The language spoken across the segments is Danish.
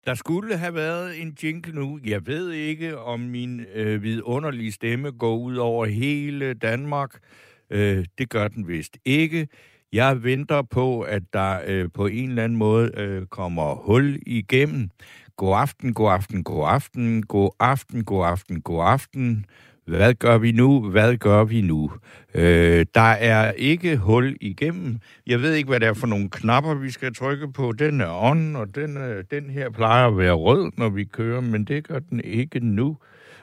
Der skulle have været en jingle nu. Jeg ved ikke, om min vidunderlige stemme går ud over hele Danmark. Det gør den vist ikke. Jeg venter på, at der på en eller anden måde kommer hul igennem. God aften, god aften, god aften, god aften, god aften, god aften. Hvad gør vi nu? Hvad gør vi nu? Der er ikke hul igennem. Jeg ved ikke, hvad det er for nogle knapper, vi skal trykke på. Den er on, og den her plejer at være rød, når vi kører, men det gør den ikke nu.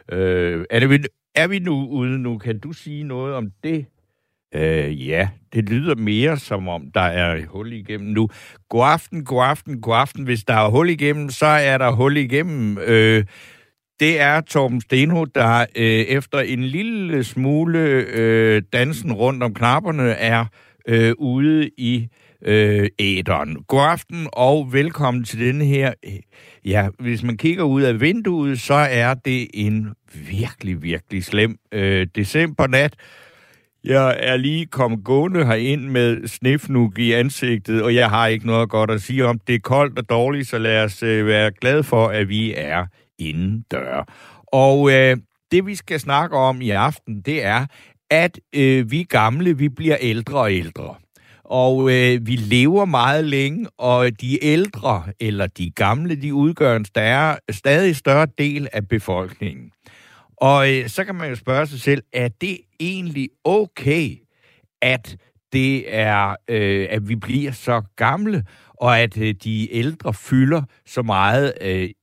Er vi nu ude nu? Kan du sige noget om det? Ja, det lyder mere som om, der er hul igennem nu. God aften, god aften, god aften. Hvis der er hul igennem, så er der hul igennem. Det er Torben Steno, der efter en lille smule dansen rundt om knapperne er ude i æteren. God aften og velkommen til denne her. Ja, hvis man kigger ud af vinduet, så er det en virkelig, virkelig slem decembernat. Jeg er lige kommet gående herind med snefnug i ansigtet, og jeg har ikke noget godt at sige om. Det er koldt og dårligt, så lad os være glade for, at vi er indendør. Og det, vi skal snakke om i aften, det er, at vi gamle, vi bliver ældre og ældre. Og vi lever meget længe, og de ældre, eller de gamle, de udgør en stadig større del af befolkningen. Og så kan man jo spørge sig selv, er det egentlig okay, at det er, at vi bliver så gamle, og at de ældre fylder så meget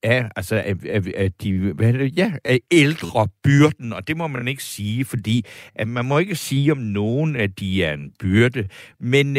af ældre byrden, og det må man ikke sige, fordi at man må ikke sige om nogen, at de er en byrde, men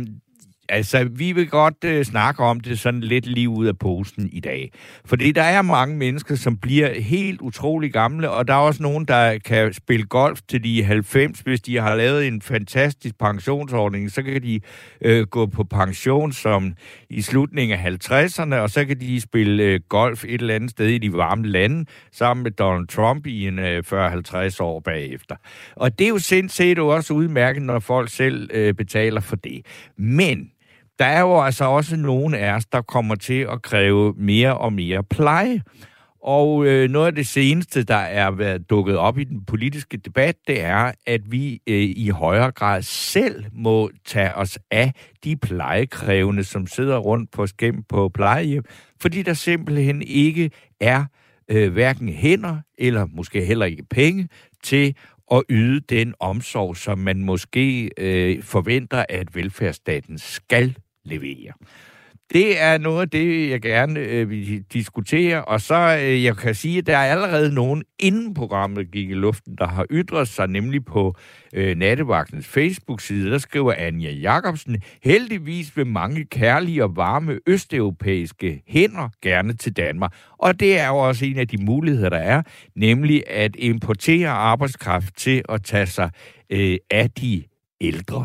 vi vil godt snakke om det sådan lidt lige ud af posen i dag. Fordi der er mange mennesker, som bliver helt utrolig gamle, og der er også nogen, der kan spille golf til de 90. Hvis de har lavet en fantastisk pensionsordning, så kan de gå på pension som i slutningen af 50'erne, og så kan de spille golf et eller andet sted i de varme lande, sammen med Donald Trump i en 40-50 år bagefter. Og det er jo sindssygt også udmærket, når folk selv betaler for det. Men der er jo altså også nogle af os, der kommer til at kræve mere og mere pleje. Og noget af det seneste, der er været dukket op i den politiske debat, det er, at vi i højere grad selv må tage os af de plejekrævende, som sidder rundt på plejehjem, fordi der simpelthen ikke er hverken hænder, eller måske heller ikke penge, til at yde den omsorg, som man måske forventer, at velfærdsstaten skal levere. Det er noget af det, jeg gerne vil diskutere, og så jeg kan sige, at der er allerede nogen, inden programmet gik i luften, der har ytret sig, nemlig på Nattevagtens Facebook-side. Der skriver Anja Jacobsen: heldigvis vil mange kærlige og varme østeuropæiske hænder gerne til Danmark. Og det er jo også en af de muligheder, der er, nemlig at importere arbejdskraft til at tage sig af de ældre.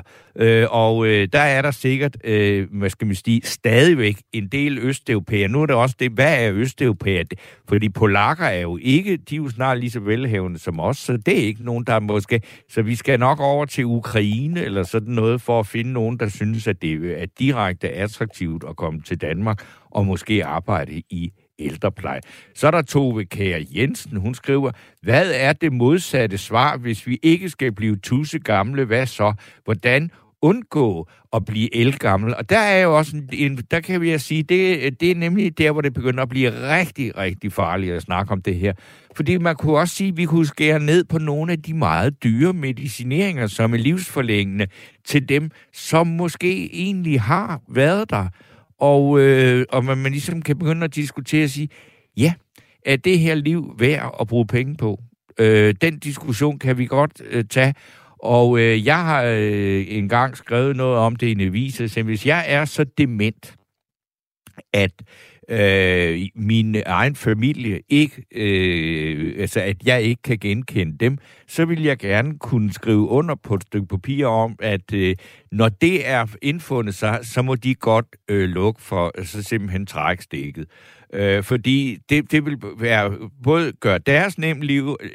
Der er der sikkert, stadigvæk en del østeuropæere. Nu er det også det, hvad er østeuropæere? Fordi polakker er jo ikke, de er jo snart lige så velhavende som os, så det er ikke nogen, der måske... Så vi skal nok over til Ukraine eller sådan noget, for at finde nogen, der synes, at det er direkte attraktivt at komme til Danmark og måske arbejde i ældrepleje. Så er der Tove Kjær Jensen, hun skriver: hvad er det modsatte svar, hvis vi ikke skal blive tusse gamle? Hvad så? Hvordan undgå at blive ældgammel? Og der er jo også der kan vi sige, det er nemlig der, hvor det begynder at blive rigtig, rigtig farligt at snakke om det her. Fordi man kunne også sige, at vi kunne skære ned på nogle af de meget dyre medicineringer, som er livsforlængende, til dem, som måske egentlig har været der. Og man ligesom kan begynde at diskutere og sige, ja, er det her liv værd at bruge penge på? Den diskussion kan vi godt tage. Og jeg har engang skrevet noget om det i en avis, så hvis jeg er så dement, at min egen familie ikke, at jeg ikke kan genkende dem, så vil jeg gerne kunne skrive under på et stykke papir om, at når det er indfundet sig, så må de godt lukke for, så simpelthen trække stikket. Fordi det vil både gøre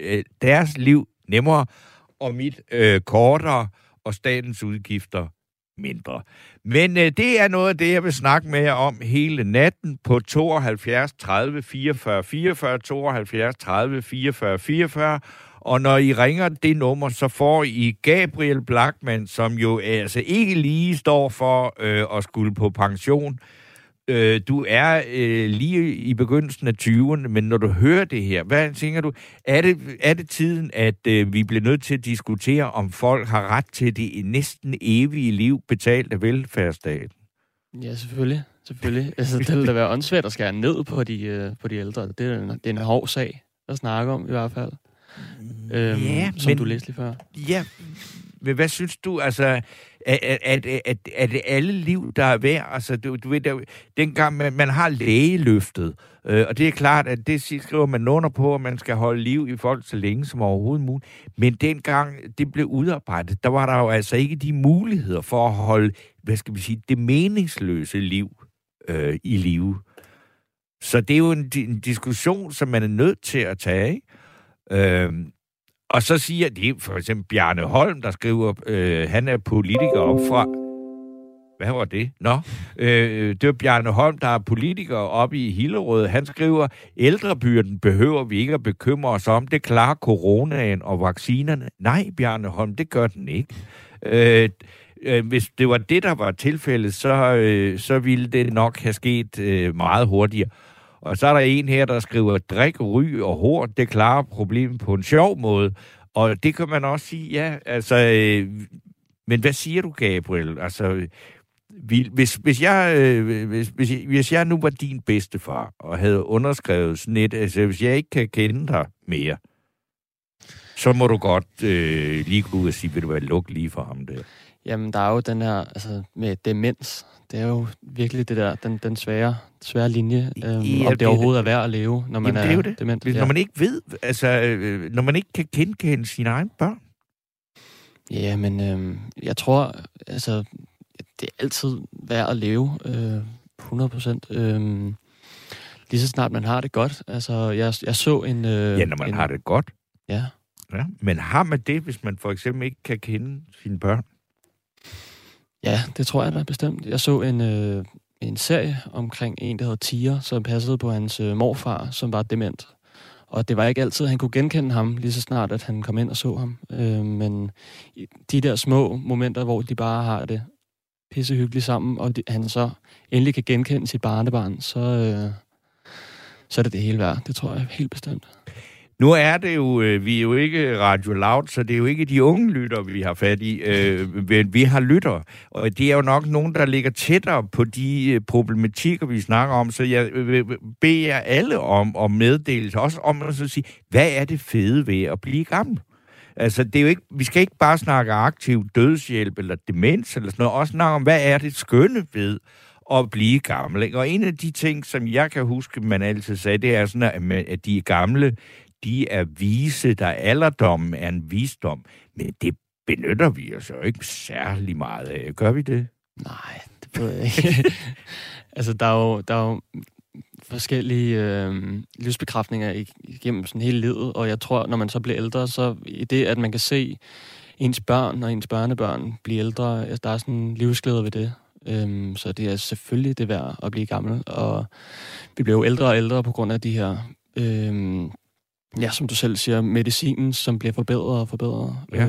deres liv nemmere, og mit kortere, og statens udgifter mindre. Men det er noget af det, jeg vil snakke med jer om hele natten på 72 30 44 44, 72 30 44 44. Og når I ringer det nummer, så får I Gabriel Blachmann, som jo altså ikke lige står for at skulle på pension. Du er lige i begyndelsen af 20'erne, men når du hører det her, hvad tænker du? Er det tiden, at vi bliver nødt til at diskutere, om folk har ret til det næsten evige liv betalt af velfærdsstaten? Ja, selvfølgelig. Altså, det vil da være åndssvagt at skære ned på de ældre. Det er en hård sag at snakke om, i hvert fald. Som du læste lige før. Ja, men hvad synes du, altså, er det alle liv, der er værd? Altså, du ved, dengang man har lægeløftet, og det er klart, at det skriver man under på, at man skal holde liv i folk så længe som overhovedet muligt. Men dengang det blev udarbejdet, der var der jo altså ikke de muligheder for at holde, hvad skal vi sige, det meningsløse liv i live. Så det er jo en diskussion, som man er nødt til at tage, ikke? Og så siger det for eksempel Bjarne Holm, der skriver, han er politiker op fra... Hvad var det? Det var Bjarne Holm, der er politiker oppe i Hillerød. Han skriver, ældrebyrden behøver vi ikke at bekymre os om. Det klarer coronaen og vaccinerne. Nej, Bjarne Holm, det gør den ikke. Hvis det var det, der var tilfældet, så ville det nok have sket meget hurtigere. Og så er der en her, der skriver, drik, ryg og hår, det klarer problemet på en sjov måde. Og det kan man også sige, ja, altså... men hvad siger du, Gabriel? Altså, hvis jeg nu var din bedstefar, og havde underskrevet sådan et, altså hvis jeg ikke kan kende dig mere, så må du godt lige gå ud og sige, vil du være luk lige for ham der? Jamen, der er jo den her, altså med demens, det er jo virkelig det der, den svære linje, om det overhovedet er værd at leve, når man er dement. Når man ikke ved, altså, når man ikke kan genkende sine egne børn. Ja, men jeg tror, altså, det er altid værd at leve, 100%. Lige så snart man har det godt. Altså, jeg så en... ja, når man har det godt. Ja. Men har man det, hvis man for eksempel ikke kan kende sine børn? Ja, det tror jeg da bestemt. Jeg så en serie omkring en, der hedder Tiger, som passede på hans morfar, som var dement. Og det var ikke altid, at han kunne genkende ham, lige så snart, at han kom ind og så ham. Men de der små momenter, hvor de bare har det pissehyggeligt sammen, og han så endelig kan genkende sit barnebarn, så er det hele værd. Det tror jeg helt bestemt. Nu er det jo, vi er jo ikke Radio Loud, så det er jo ikke de unge lytter, vi har fat i. Vi har lytter, og det er jo nok nogen, der ligger tættere på de problematikker, vi snakker om. Så jeg beder jer alle om meddelelse, også om at sige, hvad er det fede ved at blive gammel? Altså, det er jo ikke, vi skal ikke bare snakke aktiv dødshjælp eller demens eller sådan noget, også snakke om, hvad er det skønne ved at blive gammel? Ikke? Og en af de ting, som jeg kan huske, man altid sagde, det er sådan, at de gamle, de er vise, der alderdommen er en visdom. Men det benytter vi os jo ikke særlig meget af. Gør vi det? Nej, det ved jeg ikke. Altså, der er jo forskellige livsbekræftninger igennem sådan hele livet, og jeg tror, når man så bliver ældre, så i det, at man kan se ens børn og ens børnebørn blive ældre, altså, der er sådan en livsglæde ved det. Så det er selvfølgelig det værd at blive gammel, og vi bliver jo ældre og ældre på grund af de her... ja, som du selv siger, medicinen, som bliver forbedret og forbedret. Ja.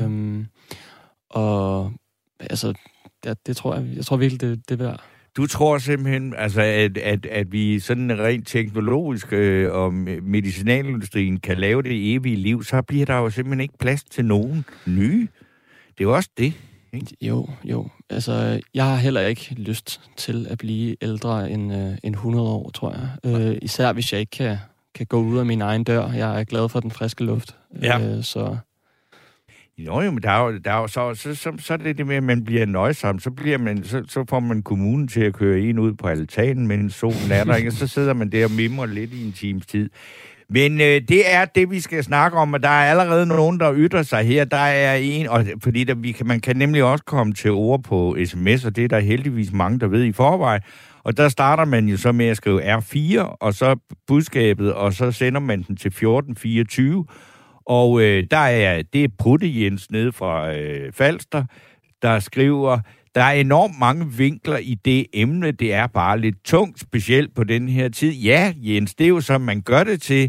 Og altså, det tror jeg tror virkelig, det er værd. Du tror simpelthen, altså, at vi sådan rent teknologisk og medicinalindustrien kan lave det evige liv, så bliver der jo simpelthen ikke plads til nogen nye. Det er jo også det, ikke? Jo. Altså, jeg har heller ikke lyst til at blive ældre end 100 år, tror jeg. Især hvis jeg ikke kan gå ud af min egen dør. Jeg er glad for den friske luft. Ja. Så... Jo, men der er jo så er det med, at man bliver nøjsom. Så får man kommunen til at køre en ud på altanen, men solen er der ikke, og så sidder man der og mimrer lidt i en times tid. Men det er det, vi skal snakke om, og der er allerede nogen, der ytrer sig her. Der er en, og fordi man kan nemlig også komme til ord på sms, og det er der heldigvis mange, der ved i forvejen. Og der starter man jo så med at skrive R4, og så budskabet, og så sender man den til 1424. Og det er Putte Jens nede fra Falster, der skriver, der er enormt mange vinkler i det emne. Det er bare lidt tungt, specielt på den her tid. Ja, Jens, det er jo som man gør det til.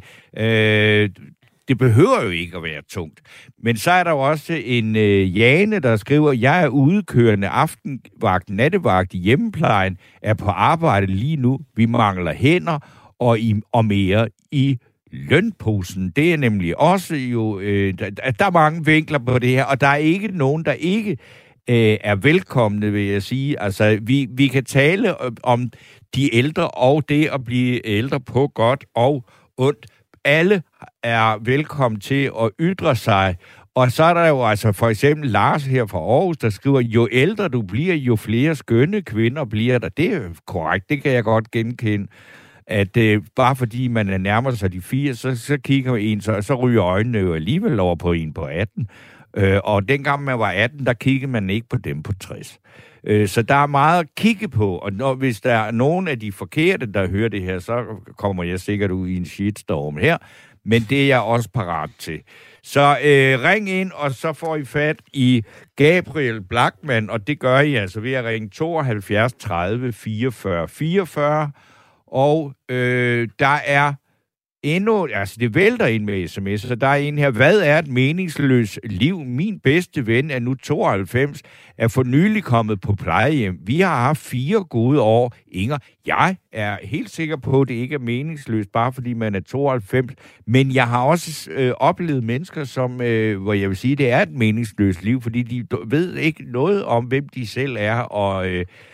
Det behøver jo ikke at være tungt. Men så er der jo også en Jane, der skriver, jeg er udkørende aftenvagt, nattevagt i hjemmeplejen, er på arbejde lige nu. Vi mangler hænder og mere i lønposen. Det er nemlig også jo, der er mange vinkler på det her, og der er ikke nogen, der ikke er velkomne, vil jeg sige. Altså, vi kan tale om de ældre og det at blive ældre på godt og ondt. Alle er velkommen til at ytre sig. Og så er der jo altså for eksempel Lars her fra Aarhus, der skriver, jo ældre du bliver, jo flere skønne kvinder bliver der. Det er korrekt, det kan jeg godt genkende. At bare fordi man er nærmer sig de 80, så kigger en, så ryger øjnene jo alligevel over på en på 18. Og dengang man var 18, der kiggede man ikke på dem på 60. Så der er meget at kigge på, og hvis der er nogen af de forkerte, der hører det her, så kommer jeg sikkert ud i en shitstorm her, men det er jeg også parat til. Så ring ind, og så får I fat i Gabriel Blachmann, og det gør I altså ved at ringe 72 30 44 44, og der er endnu, altså det vælter ind med sms'er, så der er en her, hvad er et meningsløst liv? Min bedste ven er nu 92, er for nylig kommet på plejehjem. Vi har haft 4 gode år. Inger, jeg er helt sikker på, at det ikke er meningsløst, bare fordi man er 92, men jeg har også oplevet mennesker, som, hvor jeg vil sige, at det er et meningsløst liv, fordi de ved ikke noget om, hvem de selv er, og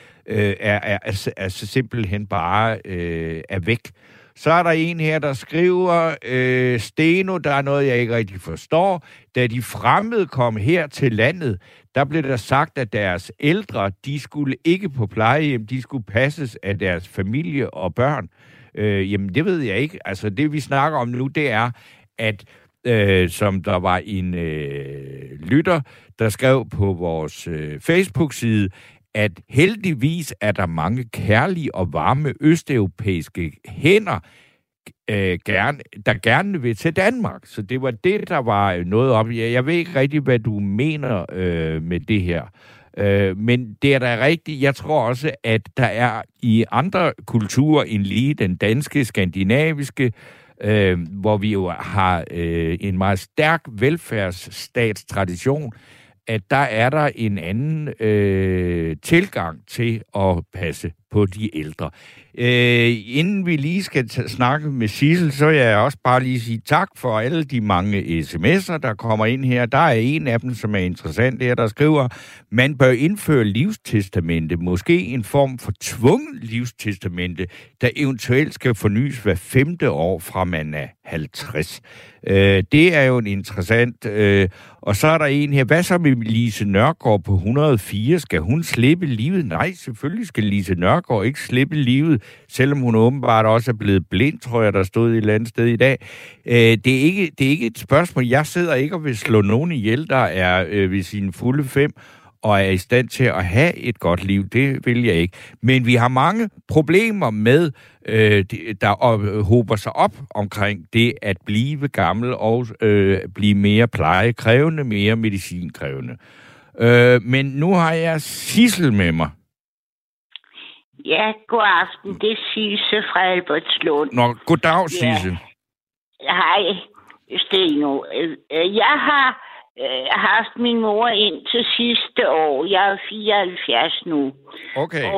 er simpelthen bare er væk. Så er der en her, der skriver, Steno, der er noget, jeg ikke rigtig forstår. Da de fremmede kom her til landet, der blev der sagt, at deres ældre, de skulle ikke på plejehjem, de skulle passes af deres familie og børn. Jamen, det ved jeg ikke. Altså, det vi snakker om nu, det er, at som der var en lytter, der skrev på vores Facebook-side, at heldigvis er der mange kærlige og varme østeuropæiske hænder, der gerne vil til Danmark. Så det var det, der var noget op. Jeg ved ikke rigtig, hvad du mener med det her. Men det er da rigtigt. Jeg tror også, at der er i andre kulturer end lige den danske, skandinaviske, hvor vi jo har en meget stærk velfærdsstatstradition, at der er der en anden tilgang til at passe på de ældre. Inden vi lige skal snakke med Sissel, så vil jeg også bare lige sige tak for alle de mange sms'er, der kommer ind her. Der er en af dem, som er interessant, der skriver, man bør indføre livstestamente, måske en form for tvungen livstestamente, der eventuelt skal fornyes hver 5. år fra man er 50. Det er jo en interessant. Og så er der en her, hvad så med Lise Nørgaard på 104? Skal hun slippe livet? Nej, selvfølgelig skal Lise Nørgaard ikke slippe livet, selvom hun åbenbart også er blevet blind, tror jeg, der stod et eller andet sted i dag. Det er ikke et spørgsmål. Jeg sidder ikke og vil slå nogen ihjel, der er ved sine fulde 5, og er i stand til at have et godt liv. Det vil jeg ikke. Men vi har mange problemer med, der hober sig op omkring det at blive gammel og blive mere plejekrævende, mere medicinkrævende. Men nu har jeg Sissel med mig. Ja, god aften. Det er Sisse fra Albertslund. Nå, goddag, Sisse. Ja. Hej, Steno. Jeg har haft min mor ind til sidste år. Jeg er 74 nu. Okay.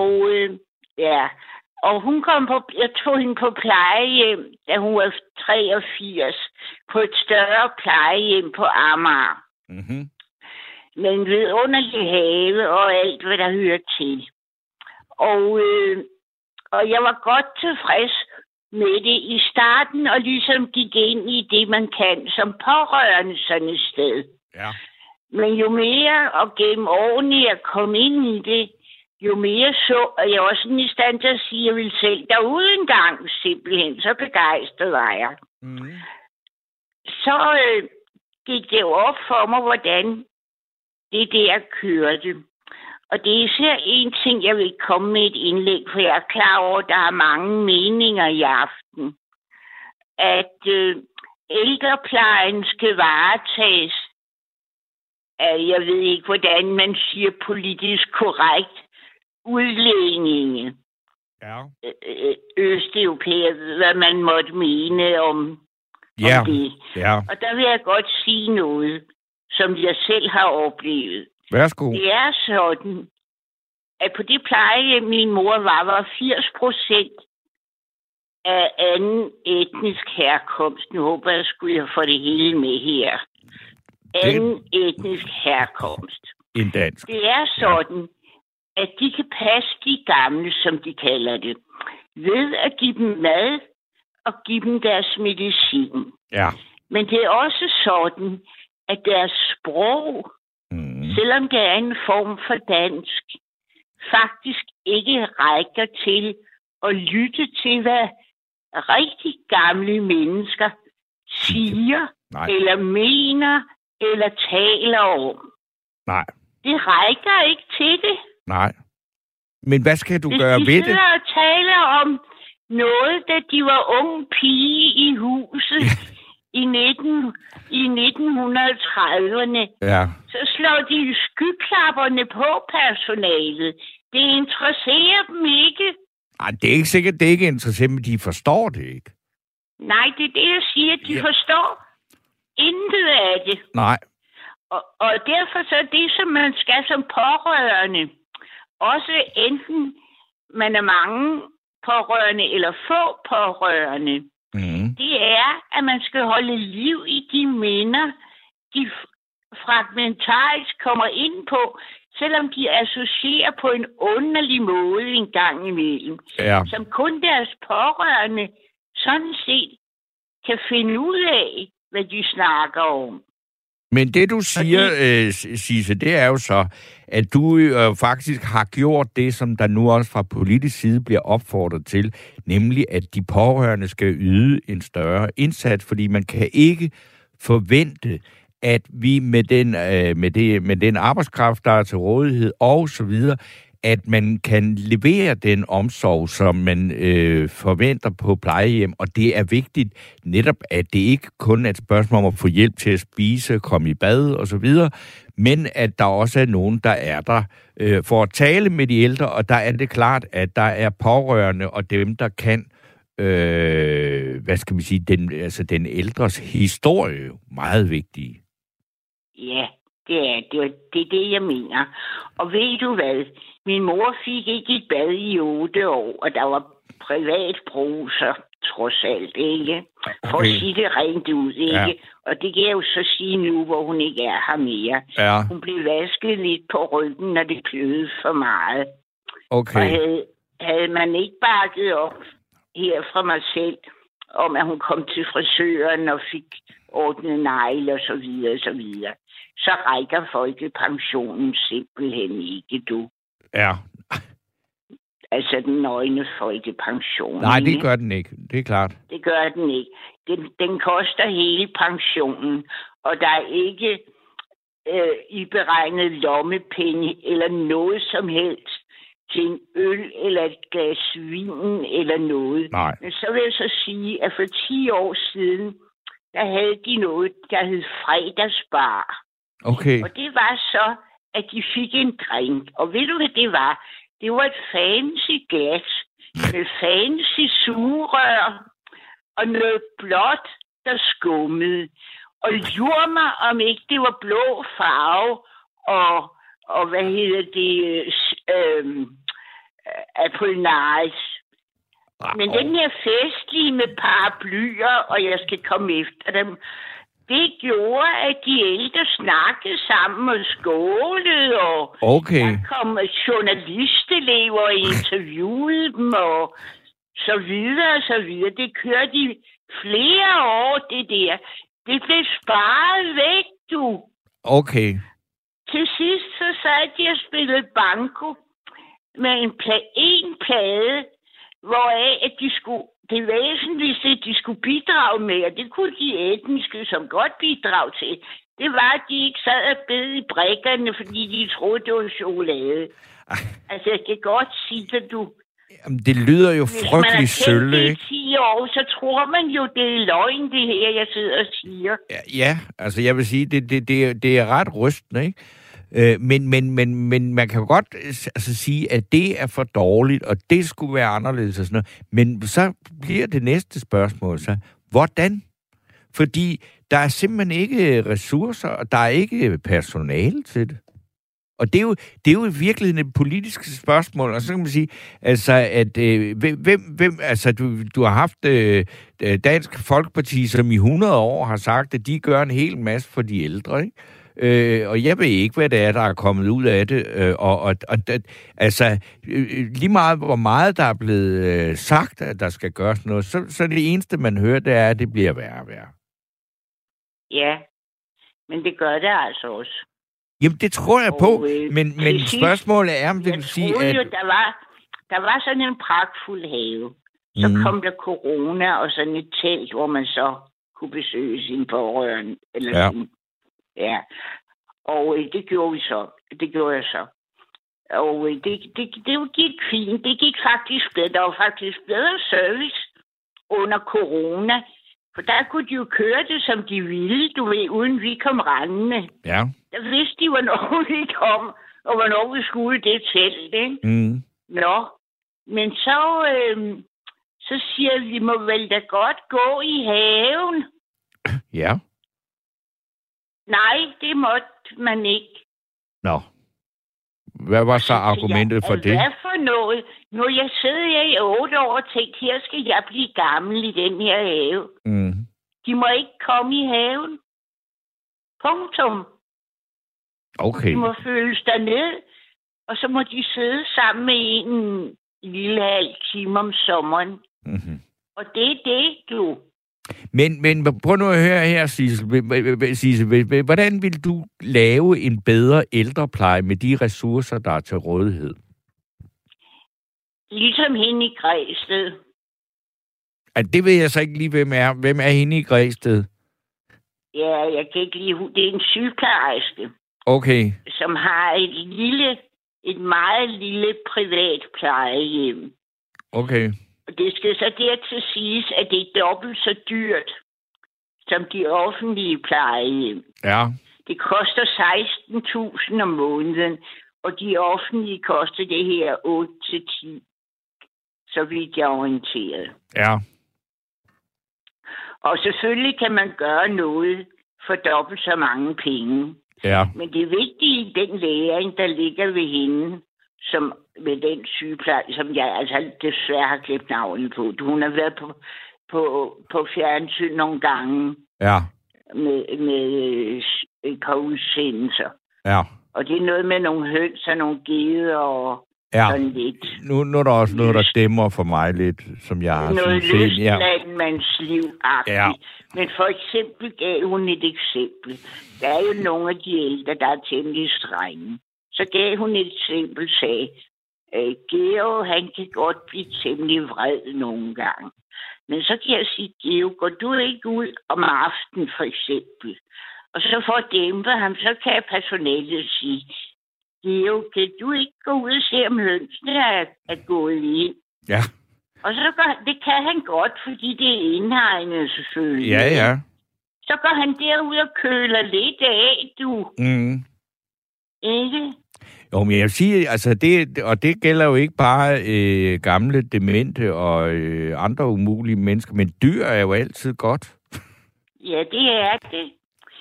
Og hun jeg tog hende på plejehjem, da hun var 83, på et større plejehjem på Amager. Mm-hmm. Med en vidunderlig have og alt, hvad der hører til. Og jeg var godt tilfreds med det i starten, og ligesom gik ind i det, man kan som pårørende sådan et sted. Ja. Men jo mere og gennem årene jeg kom ind i det, jo mere og jeg var sådan i stand til at sige, at jeg ville selv derude en gang, simpelthen, så begejstret var jeg. Mm. Så gik det jo op for mig, hvordan det der kørte. Og det er især en ting, jeg vil komme med et indlæg, for jeg er klar over, at der er mange meninger i aften. At ældreplejen skal varetages jeg ved ikke, hvordan man siger politisk korrekt, udlændinge. Ja. Østeuropæer, hvad man måtte mene om det. Ja. Og der vil jeg godt sige noget, som jeg selv har oplevet. Værsgo. Det er sådan, at på det plejehjem, min mor var 80% af anden etnisk herkomst. Nu håber jeg, skulle jeg få det hele med her. Anden etnisk herkomst. En dansk. Det er sådan, at de kan passe de gamle, som de kalder det, ved at give dem mad og give dem deres medicin. Ja. Men det er også sådan, at deres sprog, selvom det er en form for dansk, faktisk ikke rækker til at lytte til, hvad rigtig gamle mennesker siger, eller mener, eller taler om. Nej. Det rækker ikke til det. Nej. Men hvad skal du gøre ved det? De sidder og taler om noget, da de var unge pige i huset i 1930'erne. Ja. Så slår de skyklapperne på personalet. Det interesserer dem ikke. Ej, det er ikke sikkert, det ikke interesserer, men de forstår det ikke. Nej, det er det, jeg siger. De forstår intet af det. Nej. Og derfor så er det, som man skal som pårørende, også enten man er mange pårørende eller få pårørende, det er, at man skal holde liv i de minder, de fragmentarisk kommer ind på, selvom de associerer på en underlig måde en gang imellem, som kun deres pårørende sådan set kan finde ud af, hvad de snakker om. Men det, du siger, Sisse, det er jo så, at du faktisk har gjort det, som der nu også fra politisk side bliver opfordret til, nemlig at de pårørende skal yde en større indsats, fordi man kan ikke forvente, at vi med den arbejdskraft, der er til rådighed og så videre, at man kan levere den omsorg, som man forventer på plejehjem. Og det er vigtigt netop, at det ikke kun er et spørgsmål om at få hjælp til at spise, komme i bad og så videre, men at der også er nogen, der er der for at tale med de ældre, og der er det klart, at der er pårørende og dem, der kan den ældres historie meget vigtige. Ja, det er det, jeg mener. Og ved du hvad? Min mor fik ikke et bad i 8 år, og der var privat bruser, trods alt, ikke? For at sige det rent ud, ikke? Ja. Og det kan jeg jo så sige nu, hvor hun ikke er her mere. Ja. Hun blev vasket lidt på ryggen, når det kløede for meget. Okay. Og havde man ikke bakket op her fra mig selv, om at hun kom til frisøren og fik ordnet negle og så videre, så rækker folkepensionen simpelthen ikke, du. Ja. Altså den nøgne folkepension. Nej, det gør den ikke. Det er klart. Det gør den ikke. Den koster hele pensionen, og der er ikke i beregnet lommepenge eller noget som helst til en øl eller et glas vin eller noget. Nej. Men så vil jeg så sige, at for 10 år siden, der havde de noget, der hed fredagsbar. Okay. Og det var så, at de fik en drink. Og ved du, hvad det var? Det var et fancy glas med fancy sugerør og noget blåt, der skummede. Og lur mig, om ikke det var blå farve og hvad hedder det, Apollinaris. Men den her festlige med paraplyer, og jeg skal komme efter dem, det gjorde, at de ældre snakkede sammen og skålede, og der kom journalistelever og interviewede dem, og så videre og så videre. Det kørte i flere år, det der. Det blev sparet væk, du. Okay. Til sidst så sad de og spillede banko med en plade, hvoraf at de skulle, det væsentligste, de skulle bidrage med, og det kunne de etniske som godt bidrage til, det var, at de ikke sad og bed i brikkerne, fordi de troede, det var chokolade. Altså, jeg kan godt sige det, du. Jamen, det lyder jo frygteligt sølle, ikke? Hvis man har 10 år, så tror man jo, det er løgn, det her, jeg sidder og siger. Ja, altså jeg vil sige, det er ret rystende, ikke? Men man kan jo godt altså, sige, at det er for dårligt, og det skulle være anderledes og sådan noget. Men så bliver det næste spørgsmål så, hvordan? Fordi der er simpelthen ikke ressourcer, og der er ikke personale til det. Og det er jo i virkeligheden et politisk spørgsmål, og så kan man sige, altså, at hvem altså, du har haft Dansk Folkeparti, som i 100 år har sagt, at de gør en hel masse for de ældre, ikke? Og jeg ved ikke, hvad det er, der er kommet ud af det. Altså, lige meget, hvor meget der er blevet sagt, at der skal gøres noget, så det eneste, man hører, det er, at det bliver værre og værre. Ja, men det gør det altså også. Jamen, det tror jeg på, men spørgsmålet er, om det vil sige, at... Jo, der var sådan en pragtfuld have. Så kom der corona og sådan et telt, hvor man så kunne besøge sine pårørende. Eller sin. Ja. Og det gjorde vi så. Det gjorde jeg så. Og det gik fint. Det gik faktisk bedre. Der var faktisk bedre service under corona. For der kunne de jo køre det, som de ville, du ved, uden vi kom rendende. Ja. Der vidste de, hvornår vi kom, og hvornår vi skulle det telt, ikke? Mm. Nå, men så siger vi må vel da godt gå i haven. Ja. Nej, det måtte man ikke. Nå. Hvad var så argumentet for det? Hvad for noget? Nu jeg sidder jeg i 8 år og tænkt, her skal jeg blive gammel i den her have. Mm. De må ikke komme i haven. Punktum. Okay. De må føles derned, og så må de sidde sammen med en lille halv time om sommeren. Mm-hmm. Og det er det, du. Men prøv nu at høre her, Sissel. Hvordan vil du lave en bedre ældrepleje med de ressourcer, der er til rådighed? Ligesom hende i Græsted. Det ved jeg så ikke lige, hvem er. Hvem er hende i Græsted? Ja, jeg kan ikke lide. Det er en sygeplejerske. Okay. Som har et meget lille privat plejehjem. Okay. Og det skal så dertil siges, at det er dobbelt så dyrt som de offentlige plejehjem. Ja. Det koster 16.000 om måneden, og de offentlige koster det her 8-10, så vidt jeg er orienteret. Ja. Og selvfølgelig kan man gøre noget for dobbelt så mange penge. Ja. Men det vigtige i den læring, der ligger ved hende, som med den sygepleje, som jeg altså desværre har glemt navnet på. Hun har været på fjernsyn nogle gange. Ja. Med et par udsendelser. Ja. Og det er noget med nogle høns og nogle geder og sådan lidt. Nu er der også noget, der stemmer for mig lidt, som jeg har noget set. Noget løslandmandsliv-agtigt. Ja. Men for eksempel gav hun et eksempel. Der er jo nogle af de ældre, der er temmelig strenge. Så gav hun et eksempel, sagde, Geo, han kan godt blive temmelig vred nogle gange. Men så kan jeg sige, Geo, går du ikke ud om aftenen for eksempel? Og så for at dæmpe ham, så kan personalet sige, Geo, kan du ikke gå ud og se, om hønsene er gået ind? Ja. Og så det kan han godt, fordi det er indhegnet selvfølgelig. Ja, ja. Så går han derud og køler lidt af, du. Mm. Ikke? Jo, men jeg vil sige, altså det gælder jo ikke bare gamle, demente og andre umulige mennesker, men dyr er jo altid godt. Ja, det er det.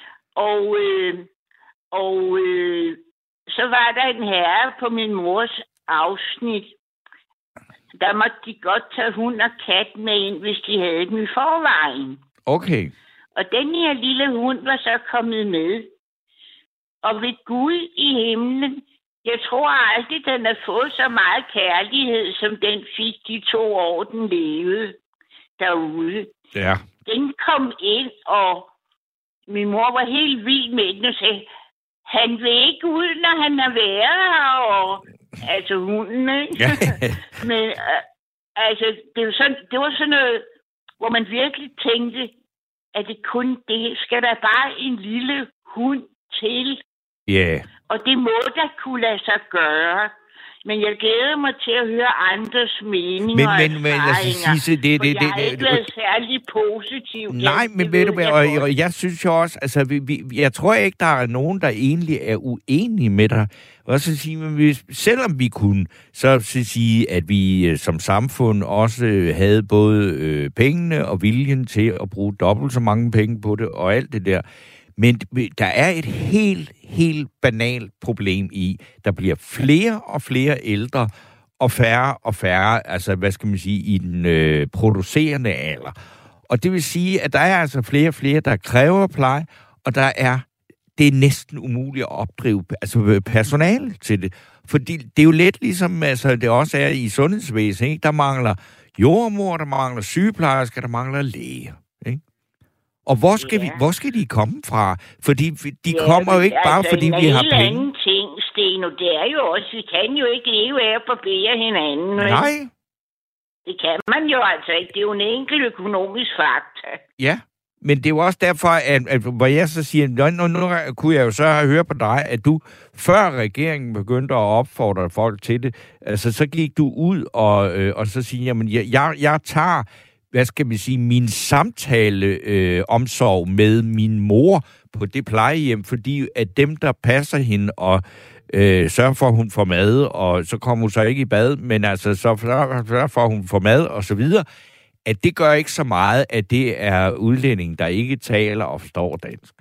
Og så var der en herre på min mors afsnit. Der måtte de godt tage hund og kat med ind, hvis de havde dem i forvejen. Okay. Og den her lille hund var så kommet med. Og ved Gud i himlen, jeg tror aldrig, den har fået så meget kærlighed, som den fik de 2 år, den levede derude. Ja. Den kom ind, og min mor var helt vild med den og sagde, han vil ikke ud, når han har været her, og altså hunden, ikke? Men altså, det var sådan noget, hvor man virkelig tænkte, at det kun det skal der bare en lille hund til. Ja. Yeah. Og det må da kunne lade sig gøre. Men jeg glæder mig til at høre andres meninger og erfaringer. Altså, jeg har ikke været særlig positiv. Nej, men ved du hvad, og jeg synes jo også, altså, jeg tror ikke, der er nogen, der egentlig er uenige med dig. Og så sige, men selvom vi kunne, så sige, at vi som samfund også havde både pengene og viljen til at bruge dobbelt så mange penge på det, og alt det der. Men der er et helt banalt problem i, der bliver flere og flere ældre, og færre, altså hvad skal man sige, i den producerende alder. Og det vil sige, at der er altså flere og flere, der kræver pleje, og det er næsten umuligt at opdrive personale til det. Fordi det er jo let ligesom, altså det også er i sundhedsvæsenet, ikke? Der mangler jordemor, der mangler sygeplejersker, der mangler læger, ikke? Og hvor skal de komme fra? Fordi de kommer jo ikke bare, fordi vi har penge. En anden ting, Sten, og det er jo også, vi kan jo ikke leve af at forbedre hinanden. Nej. Det kan man jo altså ikke. Det er jo en enkelt økonomisk fakta. Ja, men det er jo også derfor, at hvor jeg så siger, nu kunne jeg jo så høre på dig, at du, før regeringen begyndte at opfordre folk til det, altså så gik du ud og så siger, jamen jeg tager, hvad skal man sige, min samtaleomsorg med min mor på det plejehjem, fordi at dem, der passer hende og sørger for, at hun får mad, og så kommer hun så ikke i bad, men altså så sørger for, at hun får mad, og så videre, at det gør ikke så meget, at det er udlændinge, der ikke taler og forstår dansk.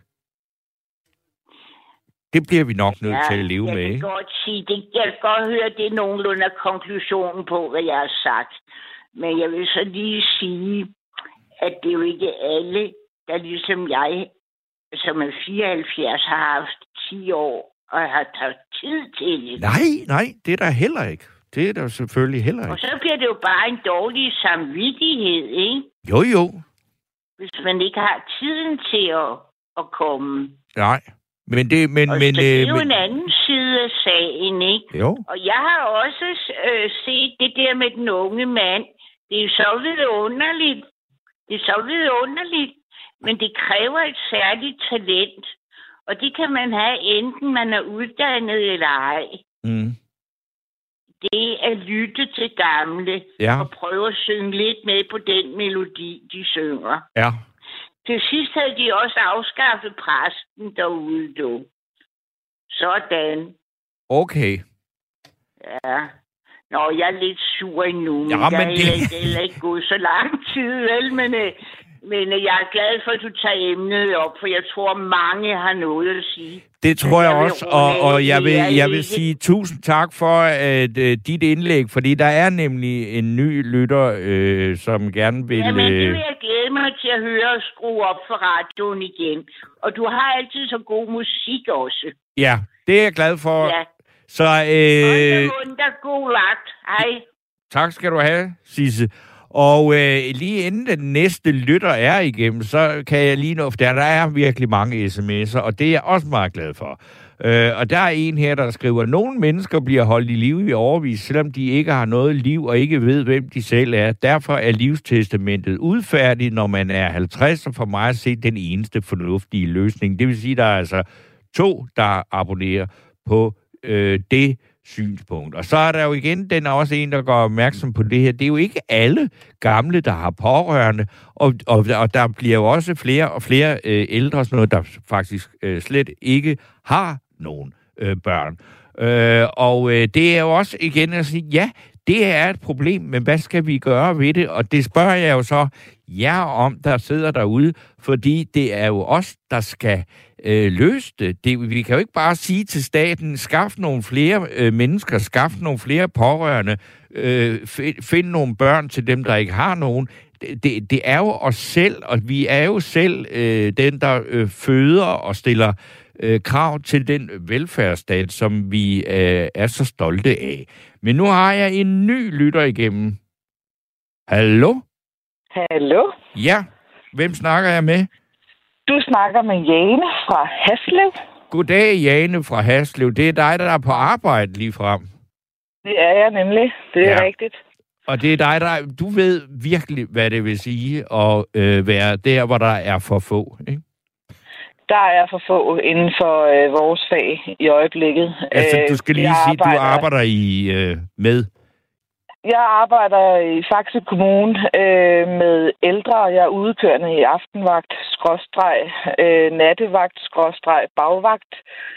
Det bliver vi nok nødt til at leve med, ikke? Jeg kan godt høre, at det er nogenlunde konklusionen på, hvad jeg har sagt. Men jeg vil så lige sige, at det er jo ikke alle, der ligesom jeg, som er 74, har haft 10 år og har taget tid til det. Nej, det er der heller ikke. Det er der selvfølgelig heller ikke. Og så bliver det jo bare en dårlig samvittighed, ikke? Jo. Hvis man ikke har tiden til at komme. Nej. Men det er jo en anden side af sagen, ikke? Jo. Og jeg har også set det der med den unge mand. Det er så vidunderligt. Men det kræver et særligt talent. Og det kan man have, enten man er uddannet eller ej. Mm. Det er at lytte til gamle og prøve at synge lidt med på den melodi, de synger. Ja. Til sidst havde de også afskaffet præsten derude, du. Sådan. Okay. Ja. Nå, jeg er lidt sur endnu, men det er ikke gået så lang tid, vel? Men jeg er glad for, at du tager emnet op, for jeg tror, mange har noget at sige. Det tror jeg også, og jeg vil sige tusind tak for dit indlæg, fordi der er nemlig en ny lytter, som gerne vil... Jamen, det vil jeg glæde mig til at høre og skrue op for radioen igen. Og du har altid så god musik også. Ja, det er jeg glad for. Ja. Så... god vagt. Hej. Tak skal du have, Sisse. Og lige inden den næste lytter er igennem, så kan jeg lige nå, for der er virkelig mange sms'er, og det er jeg også meget glad for. Og der er en her, der skriver, nogle mennesker bliver holdt i live i årevis, selvom de ikke har noget liv og ikke ved, hvem de selv er. Derfor er livstestamentet udfærdigt, når man er 50, og for mig at se den eneste fornuftige løsning. Det vil sige, der er altså 2, der abonnerer på det synspunkt. Og så er der jo igen, den er også en, der går opmærksom på det her. Det er jo ikke alle gamle, der har pårørende, og der bliver jo også flere og flere ældre, sådan noget, der faktisk slet ikke har nogen børn. Og det er jo også igen at sige, ja, det er et problem, men hvad skal vi gøre ved det? Og det spørger jeg jo så jer om, der sidder derude, fordi det er jo os, der skal løse det. Vi kan jo ikke bare sige til staten, skaf nogle flere mennesker, skaf nogle flere pårørende, find nogle børn til dem, der ikke har nogen. Det er jo os selv, og vi er jo selv den, der føder og stiller krav til den velfærdsstat, som vi er så stolte af. Men nu har jeg en ny lytter igennem. Hallo? Hallo? Ja, hvem snakker jeg med? Du snakker med Jane fra Haslev. Goddag, Jane fra Haslev. Det er dig, der er på arbejde lige frem. Det er jeg nemlig. Det er rigtigt. Og det er dig, der... Du ved virkelig, hvad det vil sige at være der, hvor der er for få, ikke? Der er for få inden for vores fag i øjeblikket. Altså, du skal lige sige, du arbejder med... Jeg arbejder i Faxe Kommune med ældre. Jeg er udkørende i aftenvagt, nattevagt, bagvagt,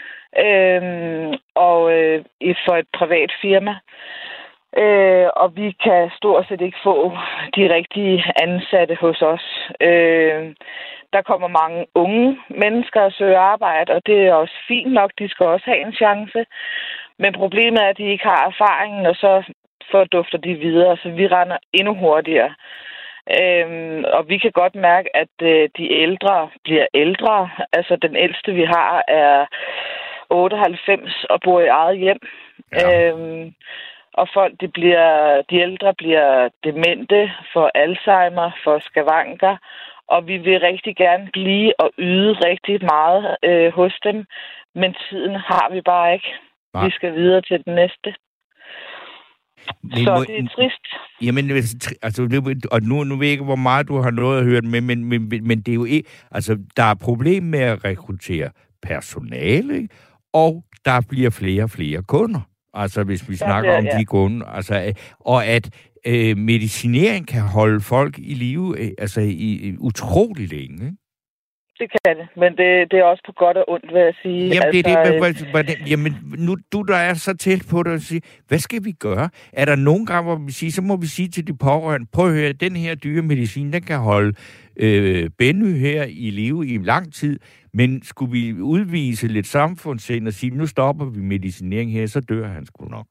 og for et privat firma. Og vi kan stort set ikke få de rigtige ansatte hos os. Der kommer mange unge mennesker og søger arbejde, og det er også fint nok. De skal også have en chance. Men problemet er, at de ikke har erfaringen, og så fordufter de videre, så vi render endnu hurtigere. Og vi kan godt mærke, at de ældre bliver ældre. Altså, den ældste, vi har, er 98 og bor i eget hjem. Ja. Og de ældre bliver demente, for Alzheimer, for skavanker, og vi vil rigtig gerne blive og yde rigtig meget hos dem, men tiden har vi bare ikke. Nej. Vi skal videre til den næste. Så det er trist. Jamen, altså, og nu ved jeg ikke, hvor meget du har nået at høre det med, men det er jo ikke... Altså, der er problem med at rekruttere personale, ikke? Og der bliver flere og flere kunder. Altså, hvis vi snakker om de kunder. Altså, og at medicinering kan holde folk i live altså, i utrolig længe, ikke? Det kan det, men det er også på godt og ondt, vil jeg sige. Jamen, jamen nu du der er så tæt på det, og sige, hvad skal vi gøre? Er der nogle gange, hvor vi siger, så må vi sige til de pårørende, prøv at høre, den her dyre medicin, den kan holde Benny her i live i lang tid, men skulle vi udvise lidt samfundssind og sige, nu stopper vi medicinering her, så dør han sgu nok.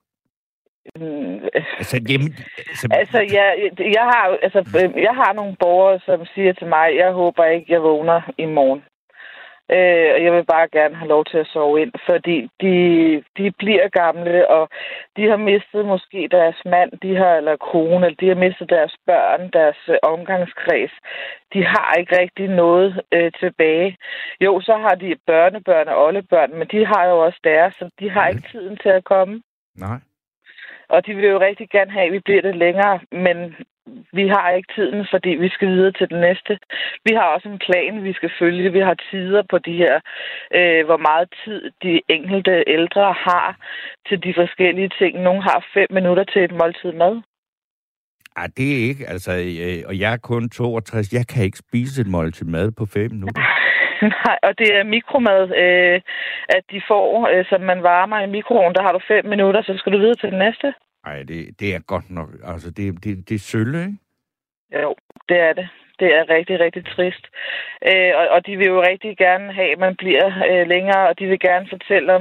Jeg har nogle borgere, som siger til mig, jeg håber ikke, jeg vågner i morgen. Og jeg vil bare gerne have lov til at sove ind, fordi de bliver gamle, og de har mistet måske deres mand, eller kone, eller de har mistet deres børn, deres omgangskreds. De har ikke rigtig noget tilbage. Jo, så har de børnebørn og oldebørn, men de har jo også deres, så de har ikke tiden til at komme. Nej. Og de vil jo rigtig gerne have, at vi bliver det længere, men vi har ikke tiden, fordi vi skal videre til den næste. Vi har også en plan, vi skal følge. Vi har tider på de her, hvor meget tid de enkelte ældre har til de forskellige ting. Nogle har 5 minutter til et måltid mad. Ej, det er ikke. Altså, og jeg er kun 62. Jeg kan ikke spise et måltid mad på 5 minutter. Nej, og det er mikromad, at de får, som man varmer i mikroovnen. Der har du 5 minutter, så skal du videre til den næste. Nej, det er godt nok. Altså, det er sølle, ikke? Jo, det er det. Det er rigtig, rigtig trist. Og de vil jo rigtig gerne have, at man bliver længere, og de vil gerne fortælle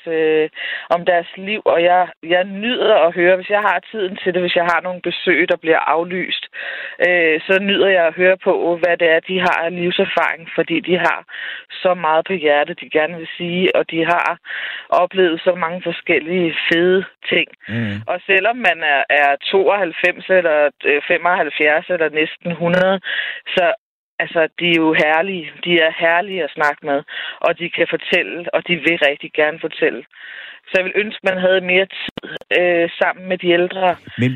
om deres liv. Og jeg nyder at høre, hvis jeg har tiden til det, hvis jeg har nogle besøg, der bliver aflyst, så nyder jeg at høre på, hvad det er, de har af livserfaring, fordi de har så meget på hjertet, de gerne vil sige, og de har oplevet så mange forskellige fede ting. Mm. Og selvom man er 92 eller 75 eller næsten 100, så altså, de er jo herlige. De er herlige at snakke med, og de kan fortælle, og de vil rigtig gerne fortælle. Så jeg vil ønske, man havde mere tid sammen med de ældre,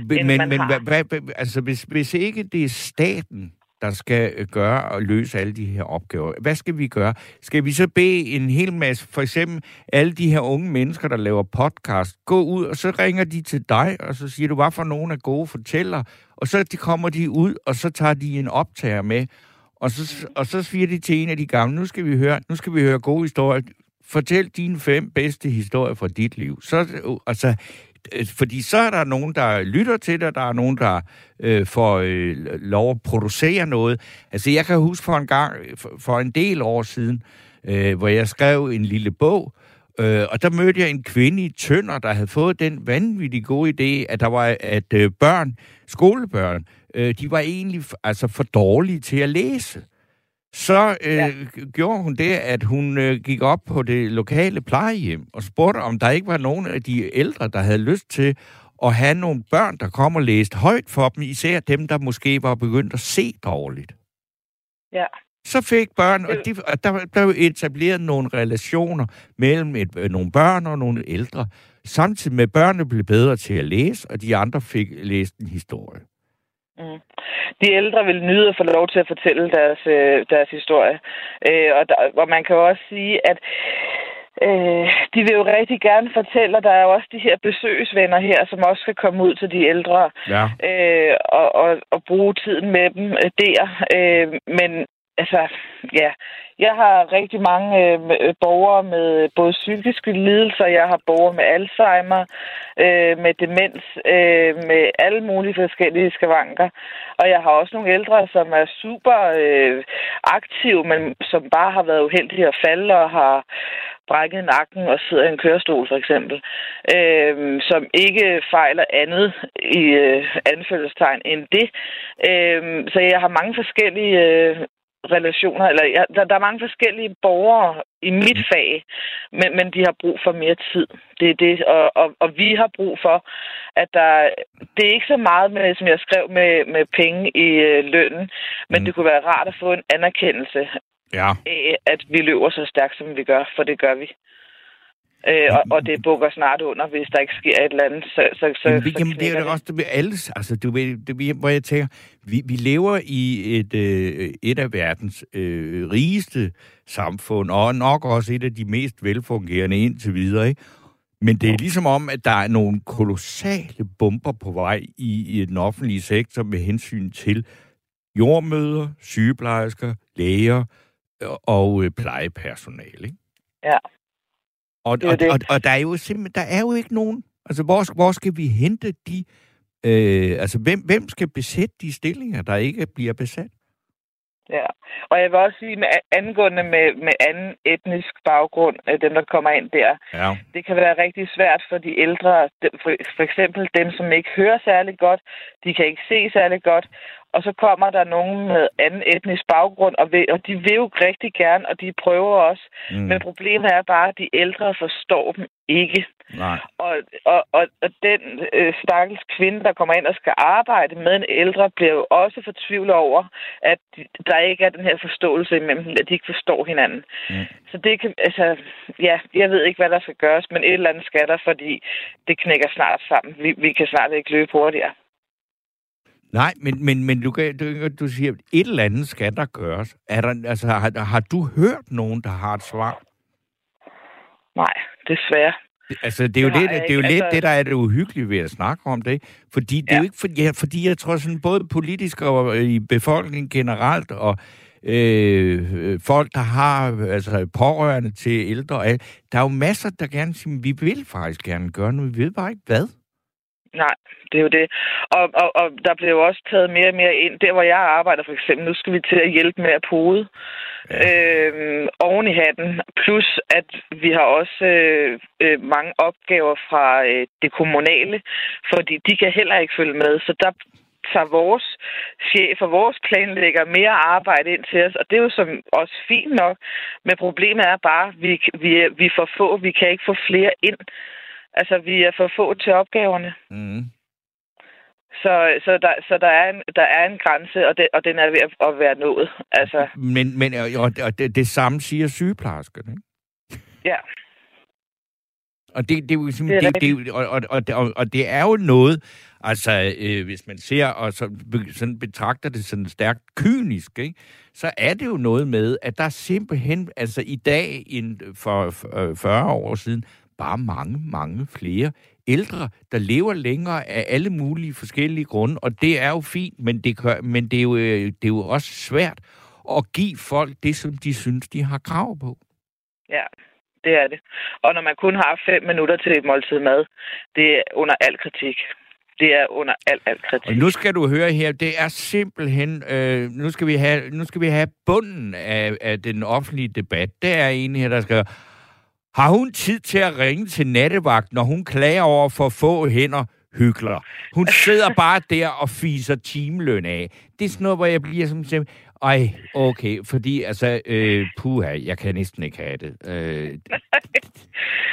altså, hvis ikke det er staten, der skal gøre og løse alle de her opgaver, hvad skal vi gøre? Skal vi så bede en hel masse, for eksempel alle de her unge mennesker, der laver podcast, gå ud, og så ringer de til dig, og så siger du, hvad for nogen er gode fortællere, og så kommer de ud, og så tager de en optager med, og så siger de til en af de gamle, nu skal vi høre gode historier. Fortæl dine 5 bedste historier fra dit liv. Så, altså, fordi så er der nogen, der lytter til dig, der er nogen, der får lov at producere noget. Altså, jeg kan huske for en del år siden, hvor jeg skrev en lille bog, og der mødte jeg en kvinde i Tønder, der havde fået den vanvittigt gode idé, at der var skolebørn, de var egentlig altså for dårlige til at læse. Så gjorde hun det, at hun gik op på det lokale plejehjem og spurgte, om der ikke var nogen af de ældre, der havde lyst til at have nogle børn, der kom og læste højt for dem, især dem, der måske var begyndt at se dårligt. Ja. Så fik børn, og der blev etableret nogle relationer mellem nogle børn og nogle ældre, samtidig med, at børnene blev bedre til at læse, og de andre fik læst en historie. Mm. De ældre vil nyde at få lov til at fortælle deres historie. Og man kan jo også sige, at de vil jo rigtig gerne fortælle, og der er jo også de her besøgsvenner her, som også skal komme ud til de ældre og bruge tiden med dem der. Men altså, ja, jeg har rigtig mange borgere med både psykiske lidelser, jeg har borgere med Alzheimer, med demens, med alle mulige forskellige skavanker. Og jeg har også nogle ældre, som er super aktive, men som bare har været uheldige at falde og har brækket nakken og sidder i en kørestol, for eksempel. Som ikke fejler andet i anfølgelsestegn end det. Så jeg har mange forskellige relationer, eller der er mange forskellige borgere i mit fag, men de har brug for mere tid. Det er det, og vi har brug for, at det er ikke så meget med, som jeg skrev, med penge i lønnen, men det kunne være rart at få en anerkendelse af, at vi løber så stærkt, som vi gør, for det gør vi. Og det bukker snart under, hvis der ikke sker et eller andet. Jamen, det er jo også det med alle. Altså, hvor jeg tænker, vi lever i et af verdens rigeste samfund, og nok også et af de mest velfungerende indtil videre, ikke? Men det er ligesom om, at der er nogle kolossale bomber på vej i den offentlige sektor med hensyn til jordmødre, sygeplejersker, læger og plejepersonale, ikke? Ja. Og der er jo simpelthen, der er jo ikke nogen. Altså, hvor skal vi hente de... hvem skal besætte de stillinger, der ikke bliver besat? Ja, og jeg vil også sige, angående med anden etnisk baggrund, dem, der kommer ind der, det kan være rigtig svært for de ældre, for eksempel dem, som ikke hører særlig godt, de kan ikke se særlig godt, og så kommer der nogen med anden etnisk baggrund, og de vil jo rigtig gerne, og de prøver også. Men problemet er bare, at de ældre forstår dem ikke. Nej. Og den stakkels kvinde, der kommer ind og skal arbejde med en ældre, bliver jo også fortvivlet over, at der ikke er den her forståelse imellem dem, at de ikke forstår hinanden. Så det kan, jeg ved ikke, hvad der skal gøres, men et eller andet skal der, fordi det knækker snart sammen. Vi kan snart ikke løbe hurtigere. Nej, men du siger, et eller andet skal der gøres. Har du hørt nogen, der har et svar? Nej, desværre. Altså, det er jo lidt det, der er det uhyggelige ved at snakke om det. Fordi det er jo ikke fordi jeg tror sådan, både politisk og i befolkningen generelt, og folk, der har pårørende til ældre, der er jo masser, der gerne siger, vi vil faktisk gerne gøre noget, vi ved bare ikke hvad. Nej, det er jo det. Og der bliver jo også taget mere og mere ind. Der, hvor jeg arbejder for eksempel, nu skal vi til at hjælpe med at pode oven i hatten. Plus, at vi har også mange opgaver fra det kommunale, fordi de kan heller ikke følge med. Så der tager vores chef og vores planlægger mere arbejde ind til os, og det er jo som også fint nok. Men problemet er bare, at vi er for få, vi kan ikke få flere ind. Altså, vi er for få til opgaverne. Så der er en grænse, og den er ved at være nået. Altså. Men det samme siger sygeplejerskerne, ikke? Ja. Og det er jo simpelthen, og det er jo noget, altså hvis man ser og sådan betragter det sådan stærkt kynisk, ikke, så er det jo noget med, at der simpelthen, altså i dag for 40 år siden, bare mange flere ældre, der lever længere af alle mulige forskellige grunde, og det er jo fint, men det er jo også svært at give folk det, som de synes, de har krav på. Ja, det er det. Og når man kun har 5 minutter til et måltid mad, det er under al kritik. Det er under al kritik. Og nu skal du høre her, det er simpelthen, nu skal vi have bunden af den offentlige debat. Der er en her, der skal... Har hun tid til at ringe til nattevagt, når hun klager over for få hænder hykler? Hun sidder bare der og fiser timeløn af. Det er sådan noget, hvor jeg bliver som simpelthen... okay, fordi puha, jeg kan næsten ikke have det.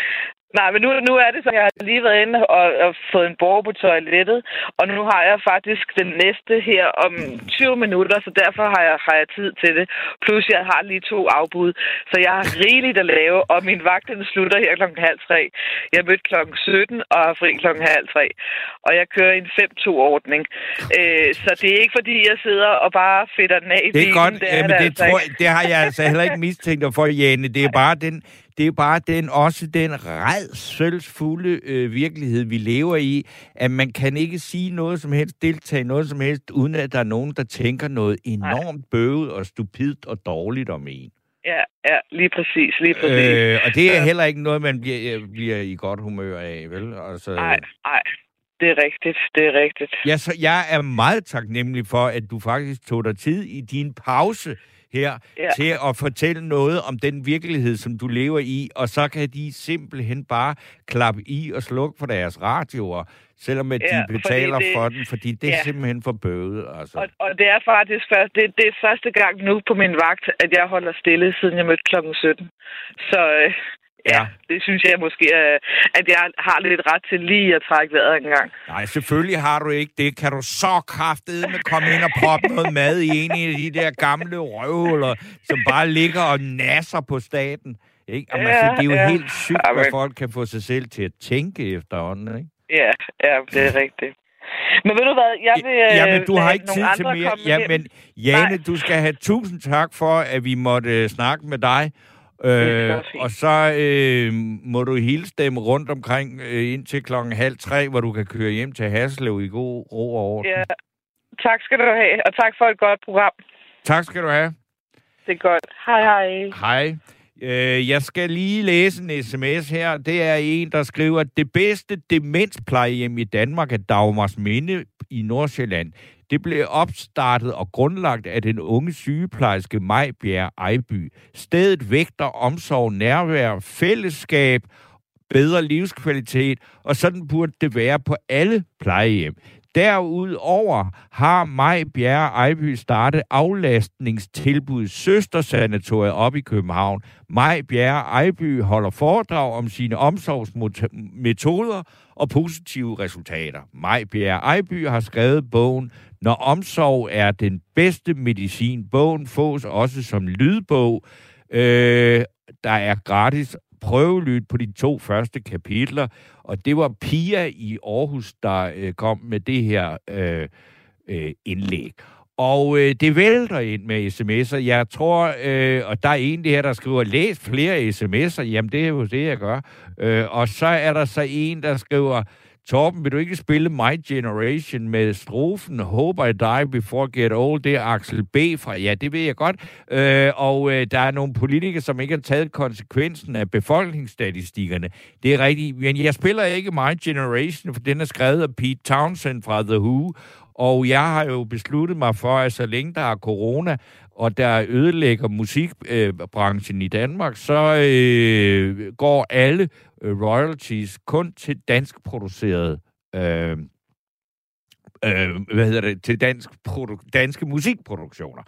Nej, men nu er det så, jeg har lige været inde og fået en borger på toilettet, og nu har jeg faktisk den næste her om 20 minutter, så derfor har jeg tid til det. Plus, jeg har lige 2 afbud, så jeg har rigeligt at lave, og min vagt, den slutter her 2:30. Jeg mødte 17 og har fri 2:30, og jeg kører en 5-2-ordning. Så det er ikke, fordi jeg sidder og bare fedter den af i bilen. Det er godt, det har jeg altså heller ikke mistænkt dig for, Jane. Det er bare den rædselsfulde virkelighed, vi lever i, at man kan ikke sige noget som helst, deltage noget som helst, uden at der er nogen, der tænker noget enormt bøvet og stupidt og dårligt om en. Ja, lige præcis. Og det er heller ikke noget, man bliver i godt humør af, vel? Altså, nej. Det er rigtigt. Ja, så jeg er meget taknemmelig for, at du faktisk tog dig tid i din pause her til at fortælle noget om den virkelighed, som du lever i, og så kan de simpelthen bare klappe i og slukke for deres radioer, selvom at de betaler for den, fordi det er simpelthen for bøvet. Altså. Og det er faktisk det er første gang nu på min vagt, at jeg holder stille, siden jeg mødte 17. Så det synes jeg måske, at jeg har lidt ret til lige at trække vejret en gang. Nej, selvfølgelig har du ikke det. Kan du så kraftedeme komme ind og proppe noget mad i en af de der gamle røvhuller, som bare ligger og nasser på staten? Ikke? Og det er jo helt sygt, at folk kan få sig selv til at tænke efterhånden, ikke? Ja, det er rigtigt. Men ved du hvad, jeg vil du har ikke tid til mere. Men Jane, du skal have 1000 tak for, at vi måtte snakke med dig. Og så må du hilse dem rundt omkring indtil 2:30, hvor du kan køre hjem til Haslev i god ro og orden. Ja, tak skal du have, og tak for et godt program. Tak skal du have. Det er godt. Hej. Hej. Jeg skal lige læse en sms her. Det er en, der skriver, at det bedste demensplejehjem i Danmark er Dagmarsminde i Nordsjælland. Det blev opstartet og grundlagt af den unge sygeplejerske Maj Bjerre Ejby. Stedet vægter omsorg, nærvær, fællesskab, bedre livskvalitet, og sådan burde det være på alle plejehjem. Derudover har Maj Bjerre Ejby startet aflastningstilbud Søstersanatoriet op i København. Maj Bjerre Ejby holder foredrag om sine omsorgsmetoder og positive resultater. Maj Bjerre Ejby har skrevet bogen Når omsorg er den bedste medicin. Bogen fås også som lydbog. Der er gratis prøvelyd på de 2 første kapitler, og det var Pia i Aarhus, der kom med det her indlæg. Og det vælter ind med sms'er. Jeg tror, og der er en her, der skriver, læs flere sms'er. Jamen, det er jo det, jeg gør. Og så er der så en, der skriver, Torben, vil du ikke spille My Generation med strofen Hope I Die Before Get Old? Det er Axel B. fra. Ja, det ved jeg godt. Og der er nogle politikere, som ikke har taget konsekvensen af befolkningsstatistikkerne. Det er rigtigt. Men jeg spiller ikke My Generation, for den er skrevet af Pete Townsend fra The Who. Og jeg har jo besluttet mig for, at så længe der er corona, og der ødelægger musikbranchen i Danmark, så går alle royalties kun til danskproducerede til danske musikproduktioner.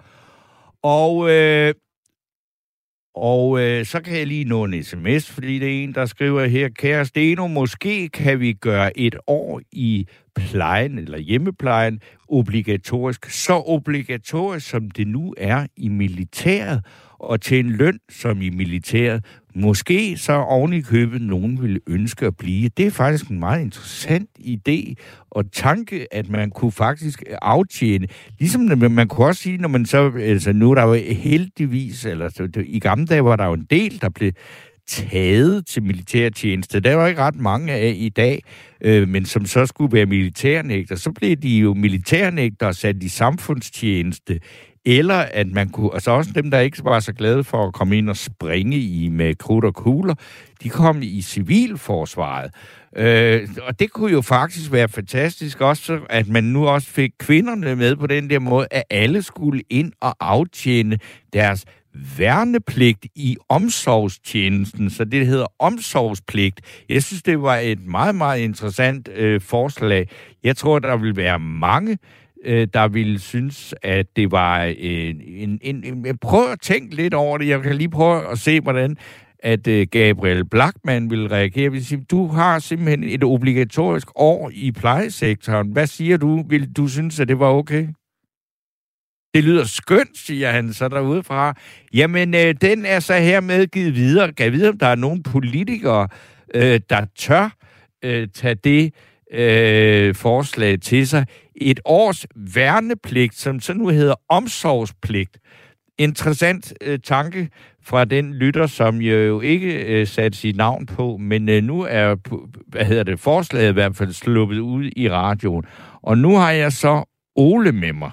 Og så kan jeg lige nå en sms, fordi det er en, der skriver her, kære Steno, måske kan vi gøre 1 år i plejen eller hjemmeplejen obligatorisk, så obligatorisk som det nu er i militæret, og til en løn som i militæret. Måske så oven i købet nogen ville ønske at blive. Det er faktisk en meget interessant idé og tanke, at man kunne faktisk aftjene. Ligesom man kunne også sige, når man så, altså nu er der jo heldigvis, eller i gamle dage var der jo en del, der blev taget til militærtjeneste. Der var ikke ret mange af i dag, men som så skulle være militærnægter. Så blev de jo militærnægter og sat i samfundstjeneste. Eller at man kunne, altså også dem, der ikke var så glade for at komme ind og springe i med krudt og kugler, de kom i civilforsvaret. Og det kunne jo faktisk være fantastisk også, at man nu også fik kvinderne med på den der måde, at alle skulle ind og aftjene deres værnepligt i omsorgstjenesten, så det hedder omsorgspligt. Jeg synes, det var et meget, meget interessant forslag. Jeg tror, der vil være mange, der ville synes, at det var prøv at tænke lidt over det. Jeg kan lige prøve at se, hvordan at Gabriel Blachmann ville reagere. Vil sige, du har simpelthen et obligatorisk år i plejesektoren. Hvad siger du? Vil du synes, at det var okay? Det lyder skønt, siger han så derudefra. Jamen, den er så hermed givet videre. Kan jeg vide, om der er nogle politikere, der tør tage det forslag til sig. Et års værnepligt, som så nu hedder omsorgspligt. Interessant tanke fra den lytter, som jo ikke satte sit navn på, men nu er forslaget i hvert fald sluppet ud i radioen. Og nu har jeg så Ole med mig.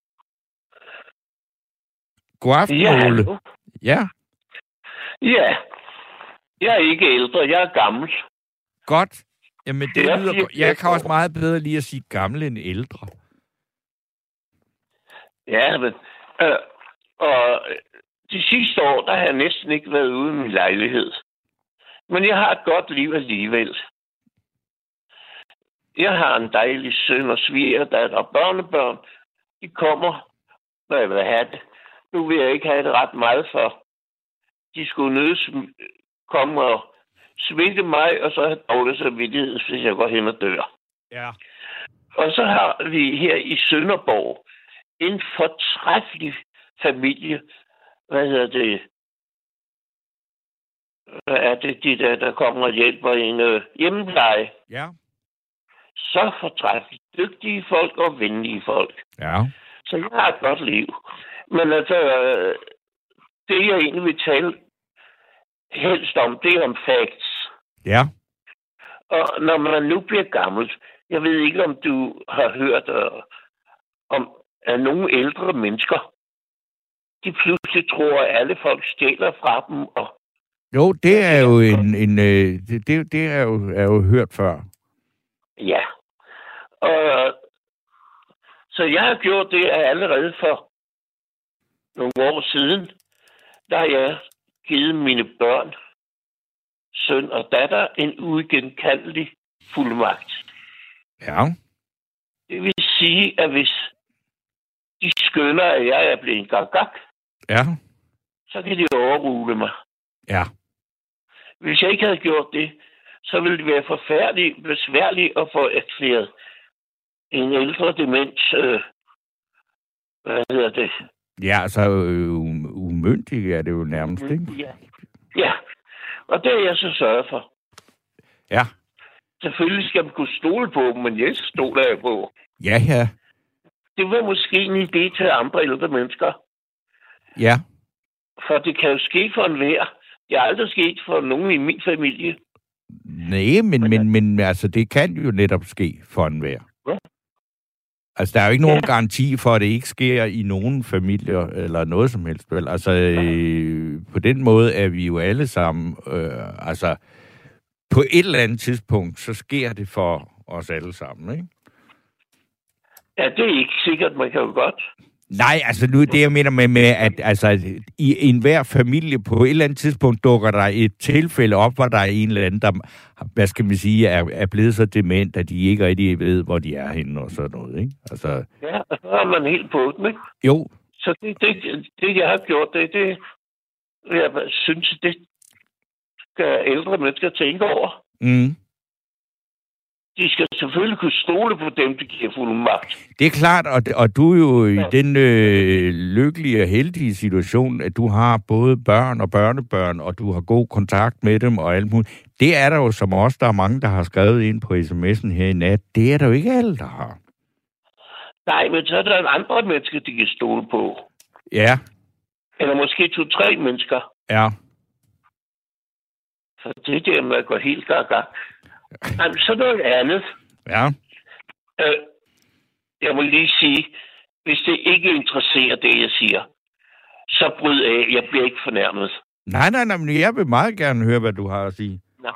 God aften, ja, Ole. Ja. Ja. Jeg er ikke ældre, jeg er gammel. Godt. Jamen, det lyder godt. Jeg kan også meget bedre lige at sige gammel end ældre. Ja, men... og de sidste år, der har jeg næsten ikke været ude i min lejlighed. Men jeg har et godt liv alligevel. Jeg har en dejlig søn og svigerdatter og børnebørn. De kommer, når jeg vil have det. Nu vil jeg ikke have det ret meget for. De skulle nødes komme og smitte mig, og så have dårlig samvittighed, hvis jeg går hen og dør. Ja. Og så har vi her i Sønderborg en fortræffelig familie. Hvad er det, de der kommer og hjælper en hjemmepleje? Ja. Så fortræffeligt. Dygtige folk og venlige folk. Ja. Så jeg har et godt liv. Men altså, det jeg egentlig vil tale helst om, det er om facts. Ja. Og når man nu bliver gammel, jeg ved ikke, om du har hørt om at nogle ældre mennesker, de pludselig tror, at alle folk stjæler fra dem. Og jo, det er jo det er jo hørt før. Ja. Og så jeg har gjort det allerede for nogle år siden, der har jeg givet mine børn, søn og datter, en uigenkaldelig fuldmagt. Ja. Det vil sige, at hvis de skønner, at jeg er blevet en gak, Ja. så kan de overrule mig. Ja. Hvis jeg ikke havde gjort det, så ville det være forfærdeligt besværligt at få erklæret en ældre demens, Ja, altså umyndig er det jo nærmest, ikke? Ja, og det er jeg så sørget for. Ja. Selvfølgelig skal man kunne stole på dem, men jeg stoler jeg på. Ja. Det var måske en idé til andre ældre mennesker. Ja. For det kan jo ske for enhver. Det er aldrig sket for nogen i min familie. Nej, men altså, det kan jo netop ske for enhver. Ja. Altså, der er jo ikke nogen garanti for, at det ikke sker i nogen familier, eller noget som helst, vel? Altså, på den måde er vi jo alle sammen, altså, på et eller andet tidspunkt, så sker det for os alle sammen, ikke? Ja, det er ikke sikkert, man kan jo godt. Nej, altså nu det, jeg mener med at altså, i enhver familie på et eller andet tidspunkt dukker der et tilfælde op, hvor der er en eller anden, der, hvad skal man sige, er blevet så dement, at de ikke rigtig ved, hvor de er henne og sådan noget, ikke? Altså... Ja, så er man helt på den, ikke? Jo. Så det jeg har gjort, det jeg synes, det skal ældre mennesker tænke over. Mm. De skal selvfølgelig kunne stole på dem, der giver fuldmagt. Det er klart, og du er jo i den lykkelige og heldige situation, at du har både børn og børnebørn, og du har god kontakt med dem og alt muligt. Det er der jo som også, der er mange, der har skrevet ind på sms'en her i nat. Det er der jo ikke alle, der har. Nej, men så er der andre mennesker, de kan stole på. Ja. Eller måske 2-3 mennesker. Ja. Så det er der, man går helt gaga. Jamen, så noget andet. Ja. Jeg må lige sige, hvis det ikke interesserer det, jeg siger, så bryd af. Jeg bliver ikke fornærmet. Nej, men jeg vil meget gerne høre, hvad du har at sige. Nå.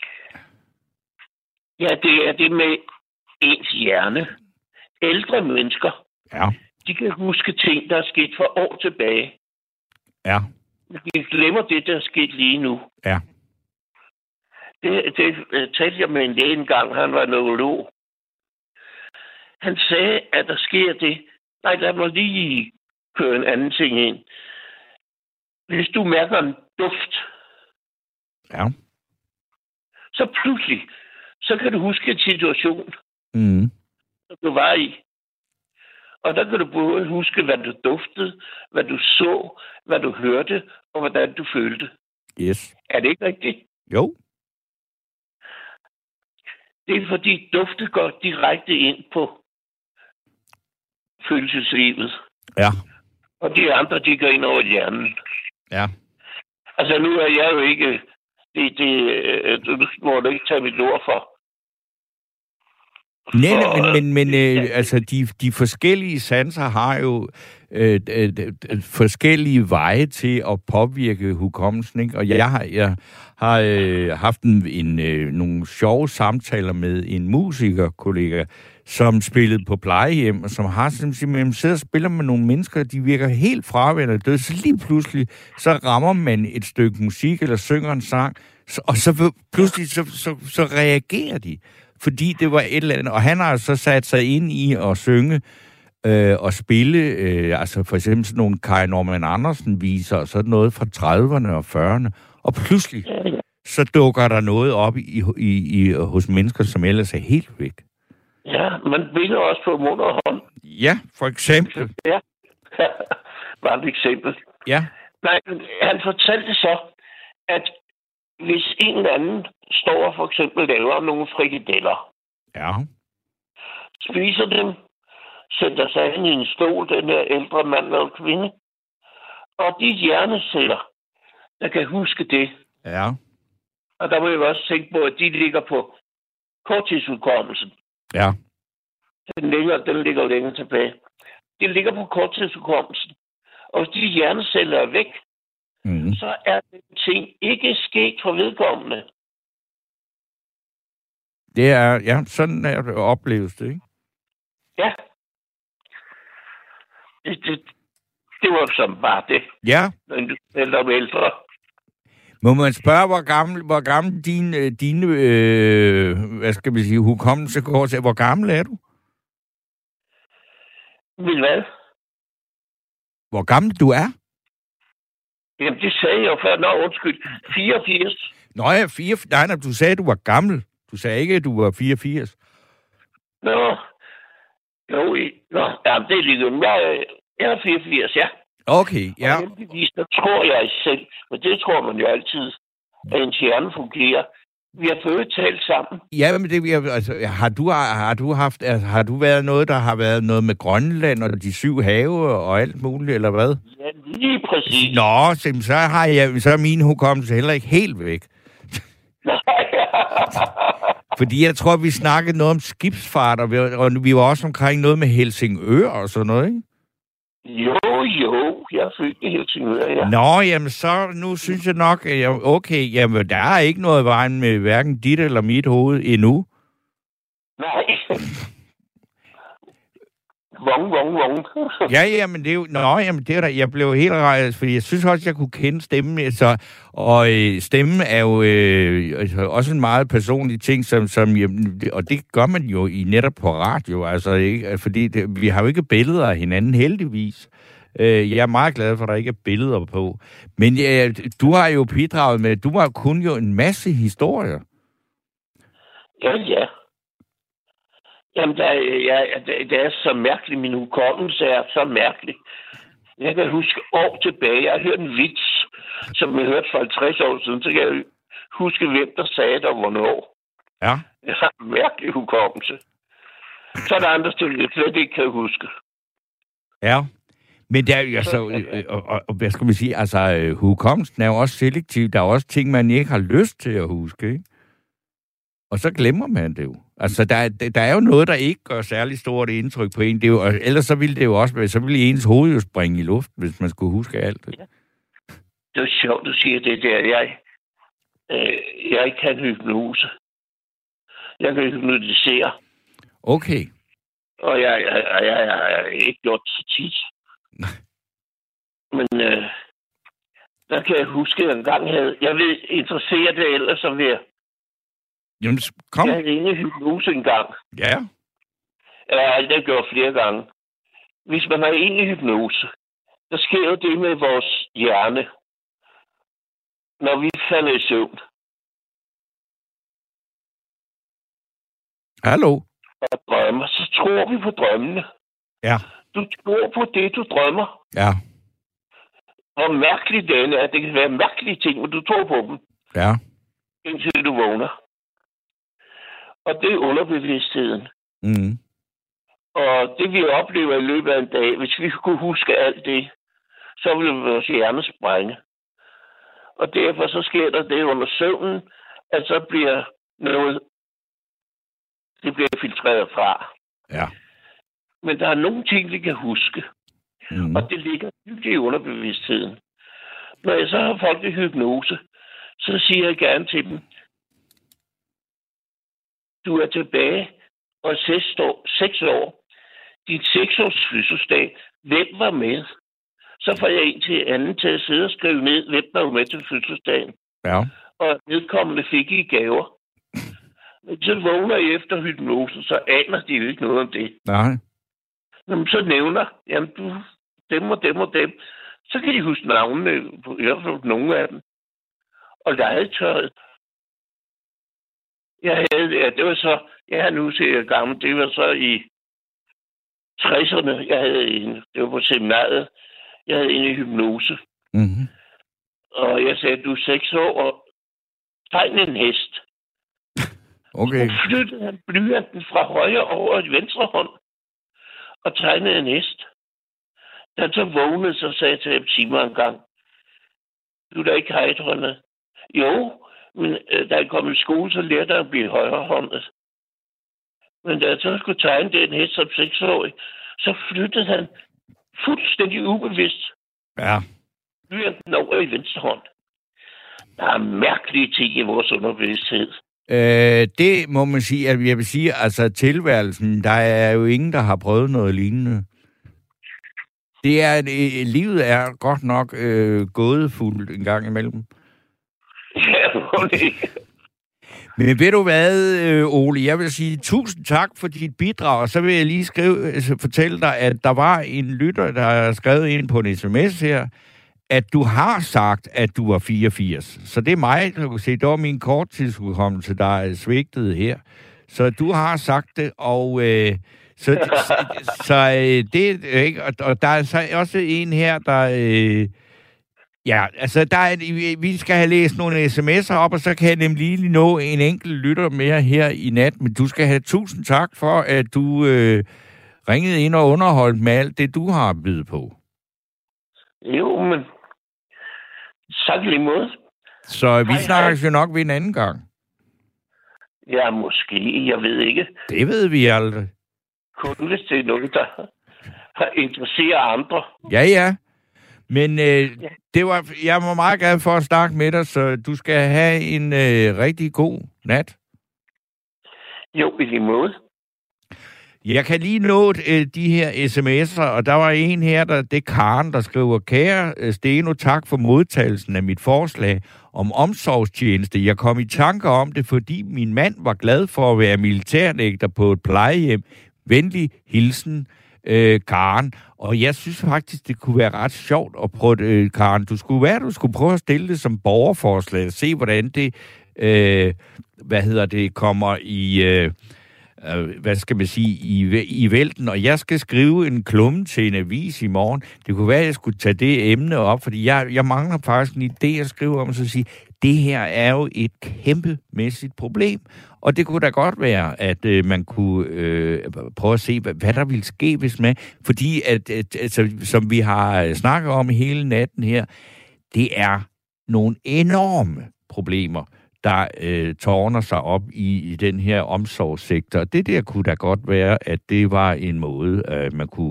Ja, det er det med ens hjerne. Ældre mennesker, de kan huske ting, der er sket for år tilbage. Ja. De glemmer det, der er sket lige nu. Ja. Det talte jeg med en læge engang. Han var neurolog. Han sagde, at der sker det. Nej, lad mig lige køre en anden ting ind. Hvis du mærker en duft, Ja. Så pludselig, så kan du huske en situation, som du var i. Og der kan du både huske, hvad du duftede, hvad du så, hvad du hørte, og hvordan du følte. Yes. Er det ikke rigtigt? Jo. Det er fordi duftet går direkte ind på følelseslivet. Ja. Og de andre, de går ind over hjernen. Ja. Altså nu er jeg jo ikke... Du må du ikke tage mit ord for. Nej, men altså, de forskellige sanser har jo forskellige veje til at påvirke hukommelsen, ikke? Og jeg har haft nogle sjove samtaler med en musikerkollega, som spillede på plejehjem, og som har simpelthen sidder og spiller med nogle mennesker, de virker helt fraværende døde. Så lige pludselig, så rammer man et stykke musik, eller synger en sang, og så pludselig, så reagerer de. Fordi det var et eller andet, og han har så sat sig ind i at synge og spille, altså for eksempel sådan nogle Kai Norman Andersen-viser, og sådan noget fra 30'erne og 40'erne, og pludselig, så dukker der noget op hos mennesker, som ellers er helt væk. Ja, man vinder også på mund og hånd. Ja, for eksempel. Ja, bare et eksempel. Ja. Nej, han fortalte så, at hvis en eller anden står og for eksempel laver nogle frikadeller, ja, spiser dem, sætter sig ind i en stol, den her ældre mand eller kvinde, og de hjerneceller, der kan huske det. Ja. Og der må jeg også tænke på, at de ligger på korttidsudkommelsen. Ja. Den ligger længere tilbage. De ligger på korttidsudkommelsen. Og hvis de hjerneceller er væk, så er den ting ikke sket for vedkommende. Det er, ja, sådan er det opleves det, ikke? Ja. Det var som bare det. Ja. Når du taler om ældre. Må man spørge, hvor gammel din hvad skal man sige, hukommelse går til? Hvor gammel er du? Vil hvad? Hvor gammel du er? Jamen, det sagde jeg jo før. Nå, undskyld. 84. Nå ja, 84. Nej, du sagde, at du var gammel. Du sagde ikke, at du var 84. Nå. Jo, jamen, det er lige. Jeg er 84, ja. Okay, ja. Og heldigvis, der tror jeg selv, men det tror man jo altid, at ens hjerne fungerer. Vi har fået talt sammen. Ja, men det, altså, har du været noget, der har været noget med Grønland og de 7 have og alt muligt, eller hvad? Ja, lige præcis. Nå, så er min hukommelse heller ikke helt væk. Fordi jeg tror, vi snakkede noget om skibsfart, og vi var også omkring noget med Helsingør og sådan noget, ikke? Jo, jeg følte det Helsingør, ja. Nå, jamen så, nu synes jeg nok, okay, jamen der er ikke noget i vejen med hverken dit eller mit hoved endnu. Nej. Vong. Ja, men det er jo, jamen det er der, jeg blev helt rejst, fordi jeg synes også, jeg kunne kende stemmen, altså, og stemmen er jo altså, også en meget personlig ting, som og det gør man jo netop på radio, altså, ikke, fordi vi har jo ikke billeder af hinanden, heldigvis. Jeg er meget glad for, at der ikke er billeder på. Men du har jo bidraget med, du har kun jo en masse historier. Ja. Jamen, det er så mærkeligt. Min hukommelse er så mærkelig. Jeg kan huske år tilbage. Jeg har hørt en vits, som jeg hørte for 50 år siden. Så kan jeg huske, hvem der sagde det og hvornår. Ja. Jeg har en mærkelig hukommelse. Så er der andre ting, jeg slet ikke kan huske. Ja. Men der er jo altså, og hvad skal man sige, altså hukommelsen er jo også selektiv. Der er også ting, man ikke har lyst til at huske, ikke? Og så glemmer man det jo. Altså, der er jo noget, der ikke gør særlig stort indtryk på en. Det er jo, ellers så ville det jo også være, så ville ens hoved jo springe i luften, hvis man skulle huske alt det. Ja. Det er sjovt, du siger det der. Jeg kan hypnose. Jeg kan hypnotisere. Okay. Og jeg har ikke gjort det så tit. Men der kan jeg huske, at en gang havde... Jeg vil interessere det ellers som jeg... Jamen, kom. Jeg havde ingen hypnose engang. Ja. Jeg har aldrig gjort flere gange. Hvis man har ingen hypnose, der sker jo det med vores hjerne. Når vi falder i søvn, Hallo? Og drømmer, så tror vi på drømmene. Ja. Du tror på det, du drømmer. Ja. Hvor mærkeligt det er. Det kan være mærkelige ting, men du tror på dem. Ja. Indtil du vågner. Og det er underbevidstheden. Mm. Og det vi oplever i løbet af en dag, hvis vi kunne huske alt det, så ville vores hjerne sprænge. Og derfor så sker der det under søvnen, at så bliver noget, det bliver filtreret fra. Ja. Men der er nogle ting, vi kan huske. Mm. Og det ligger dybt i underbevidstheden. Når jeg så har folk i hypnose, så siger jeg gerne til dem, du er tilbage og 6 år. Din 6-års fødselsdag, hvem var med? Så får jeg en til anden til at sidde og skrive ned, hvem der var med til fødselsdagen. Ja. Og vedkommende fik I gaver. Men så vågner I efter hypnosen, så aner de jo ikke noget om det. Nej. Jamen, så nævner, jamen du, dem og dem og dem. Så kan de huske navnene på i hvert fald nogle af dem. Og legetøjet. Det var så, jeg har nu set gammel, det var så i 60'erne, jeg havde en, det var på seminariet, jeg havde en i hypnose. Mm-hmm. Og jeg sagde, du er 6 år, og tegn en hest. Okay. Så flyttede han blyanten fra højre over i venstre hånd, og tegnede en hest. Da han så vågnede, så sagde jeg til ham timer en gang, du er da ikke højrehåndet. Jo, men da jeg kom i skole, så lærte jeg at blive højrehåndet. Men da jeg så skulle tegne den hest som 6-årig, så flyttede han fuldstændig ubevidst. Ja. Blyanten over i venstre hånd. Der er mærkelige ting i vores underbevidsthed. Det må man sige, at jeg vil sige, altså tilværelsen, der er jo ingen, der har prøvet noget lignende. Det er, livet er godt nok gådefuldt en gang imellem. Ja, Men ved du hvad, Ole, jeg vil sige tusind tak for dit bidrag, og så vil jeg lige fortælle dig, at der var en lytter, der har skrevet ind på en sms her, at du har sagt, at du var 84. Så det er mig, du kan se, det var min korttidsudkommelse, der er svigtet her. Så du har sagt det, og det ikke, og der er så også en her, der ja, altså vi skal have læst nogle sms'er op, og så kan jeg nemlig lige nå en enkelt lytter mere her i nat, men du skal have tusind tak for, at du ringede ind og underholdt med alt det, du har at byde på. Jo, men sagt lige måde. Så vi snakkes jo nok ved en anden gang. Ja, måske. Jeg ved ikke. Det ved vi aldrig. Kun hvis det er noget, der interesserer andre. Ja. Men jeg var meget glad for at snakke med dig, så du skal have en rigtig god nat. Jo, i lige måde. Jeg kan lige nå de her sms'er, og der var en her, det er Karen, der skriver, kære Steno, tak for modtagelsen af mit forslag om omsorgstjeneste. Jeg kom i tanker om det, fordi min mand var glad for at være militærnægter på et plejehjem. Venlig hilsen, Karen. Og jeg synes faktisk, det kunne være ret sjovt at prøve, Karen, du skulle prøve at stille det som borgerforslag, og se, hvordan det, kommer i... i vælten, og jeg skal skrive en klumme til en avis i morgen. Det kunne være, at jeg skulle tage det emne op, fordi jeg mangler faktisk en idé at skrive om, så sige, det her er jo et kæmpemæssigt problem, og det kunne da godt være, at man kunne prøve at se, hvad der ville ske, hvis man... Fordi, som vi har snakket om hele natten her, det er nogle enorme problemer, der tårner sig op i den her omsorgssektor. Det der kunne da godt være, at det var en måde, man kunne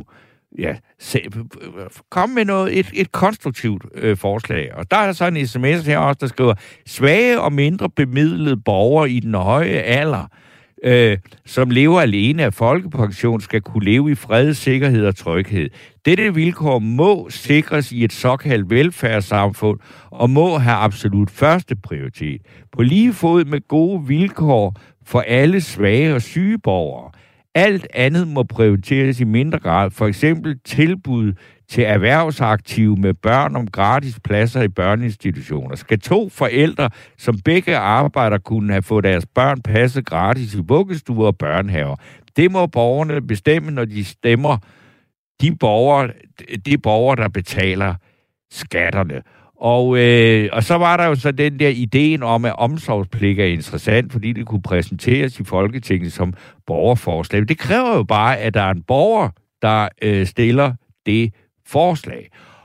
komme med et konstruktivt forslag. Og der er så en sms her også, der skriver, svage og mindre bemidlede borgere i den høje alder, som lever alene af folkepension, skal kunne leve i fred, sikkerhed og tryghed. Dette vilkår må sikres i et såkaldt velfærdssamfund og må have absolut første prioritet. På lige fod med gode vilkår for alle svage og syge borgere. Alt andet må prioriteres i mindre grad, for eksempel tilbud til erhvervsaktive med børn om gratis pladser i børneinstitutioner? Skal 2 forældre, som begge arbejder, kunne have fået deres børn passet gratis i vuggestuer og børnehaver? Det må borgerne bestemme, når de stemmer de borgere, der betaler skatterne. Og så var der jo så den der ideen om, at omsorgspligt er interessant, fordi det kunne præsenteres i Folketinget som borgerforslag. Det kræver jo bare, at der er en borger, der stiller det forslag.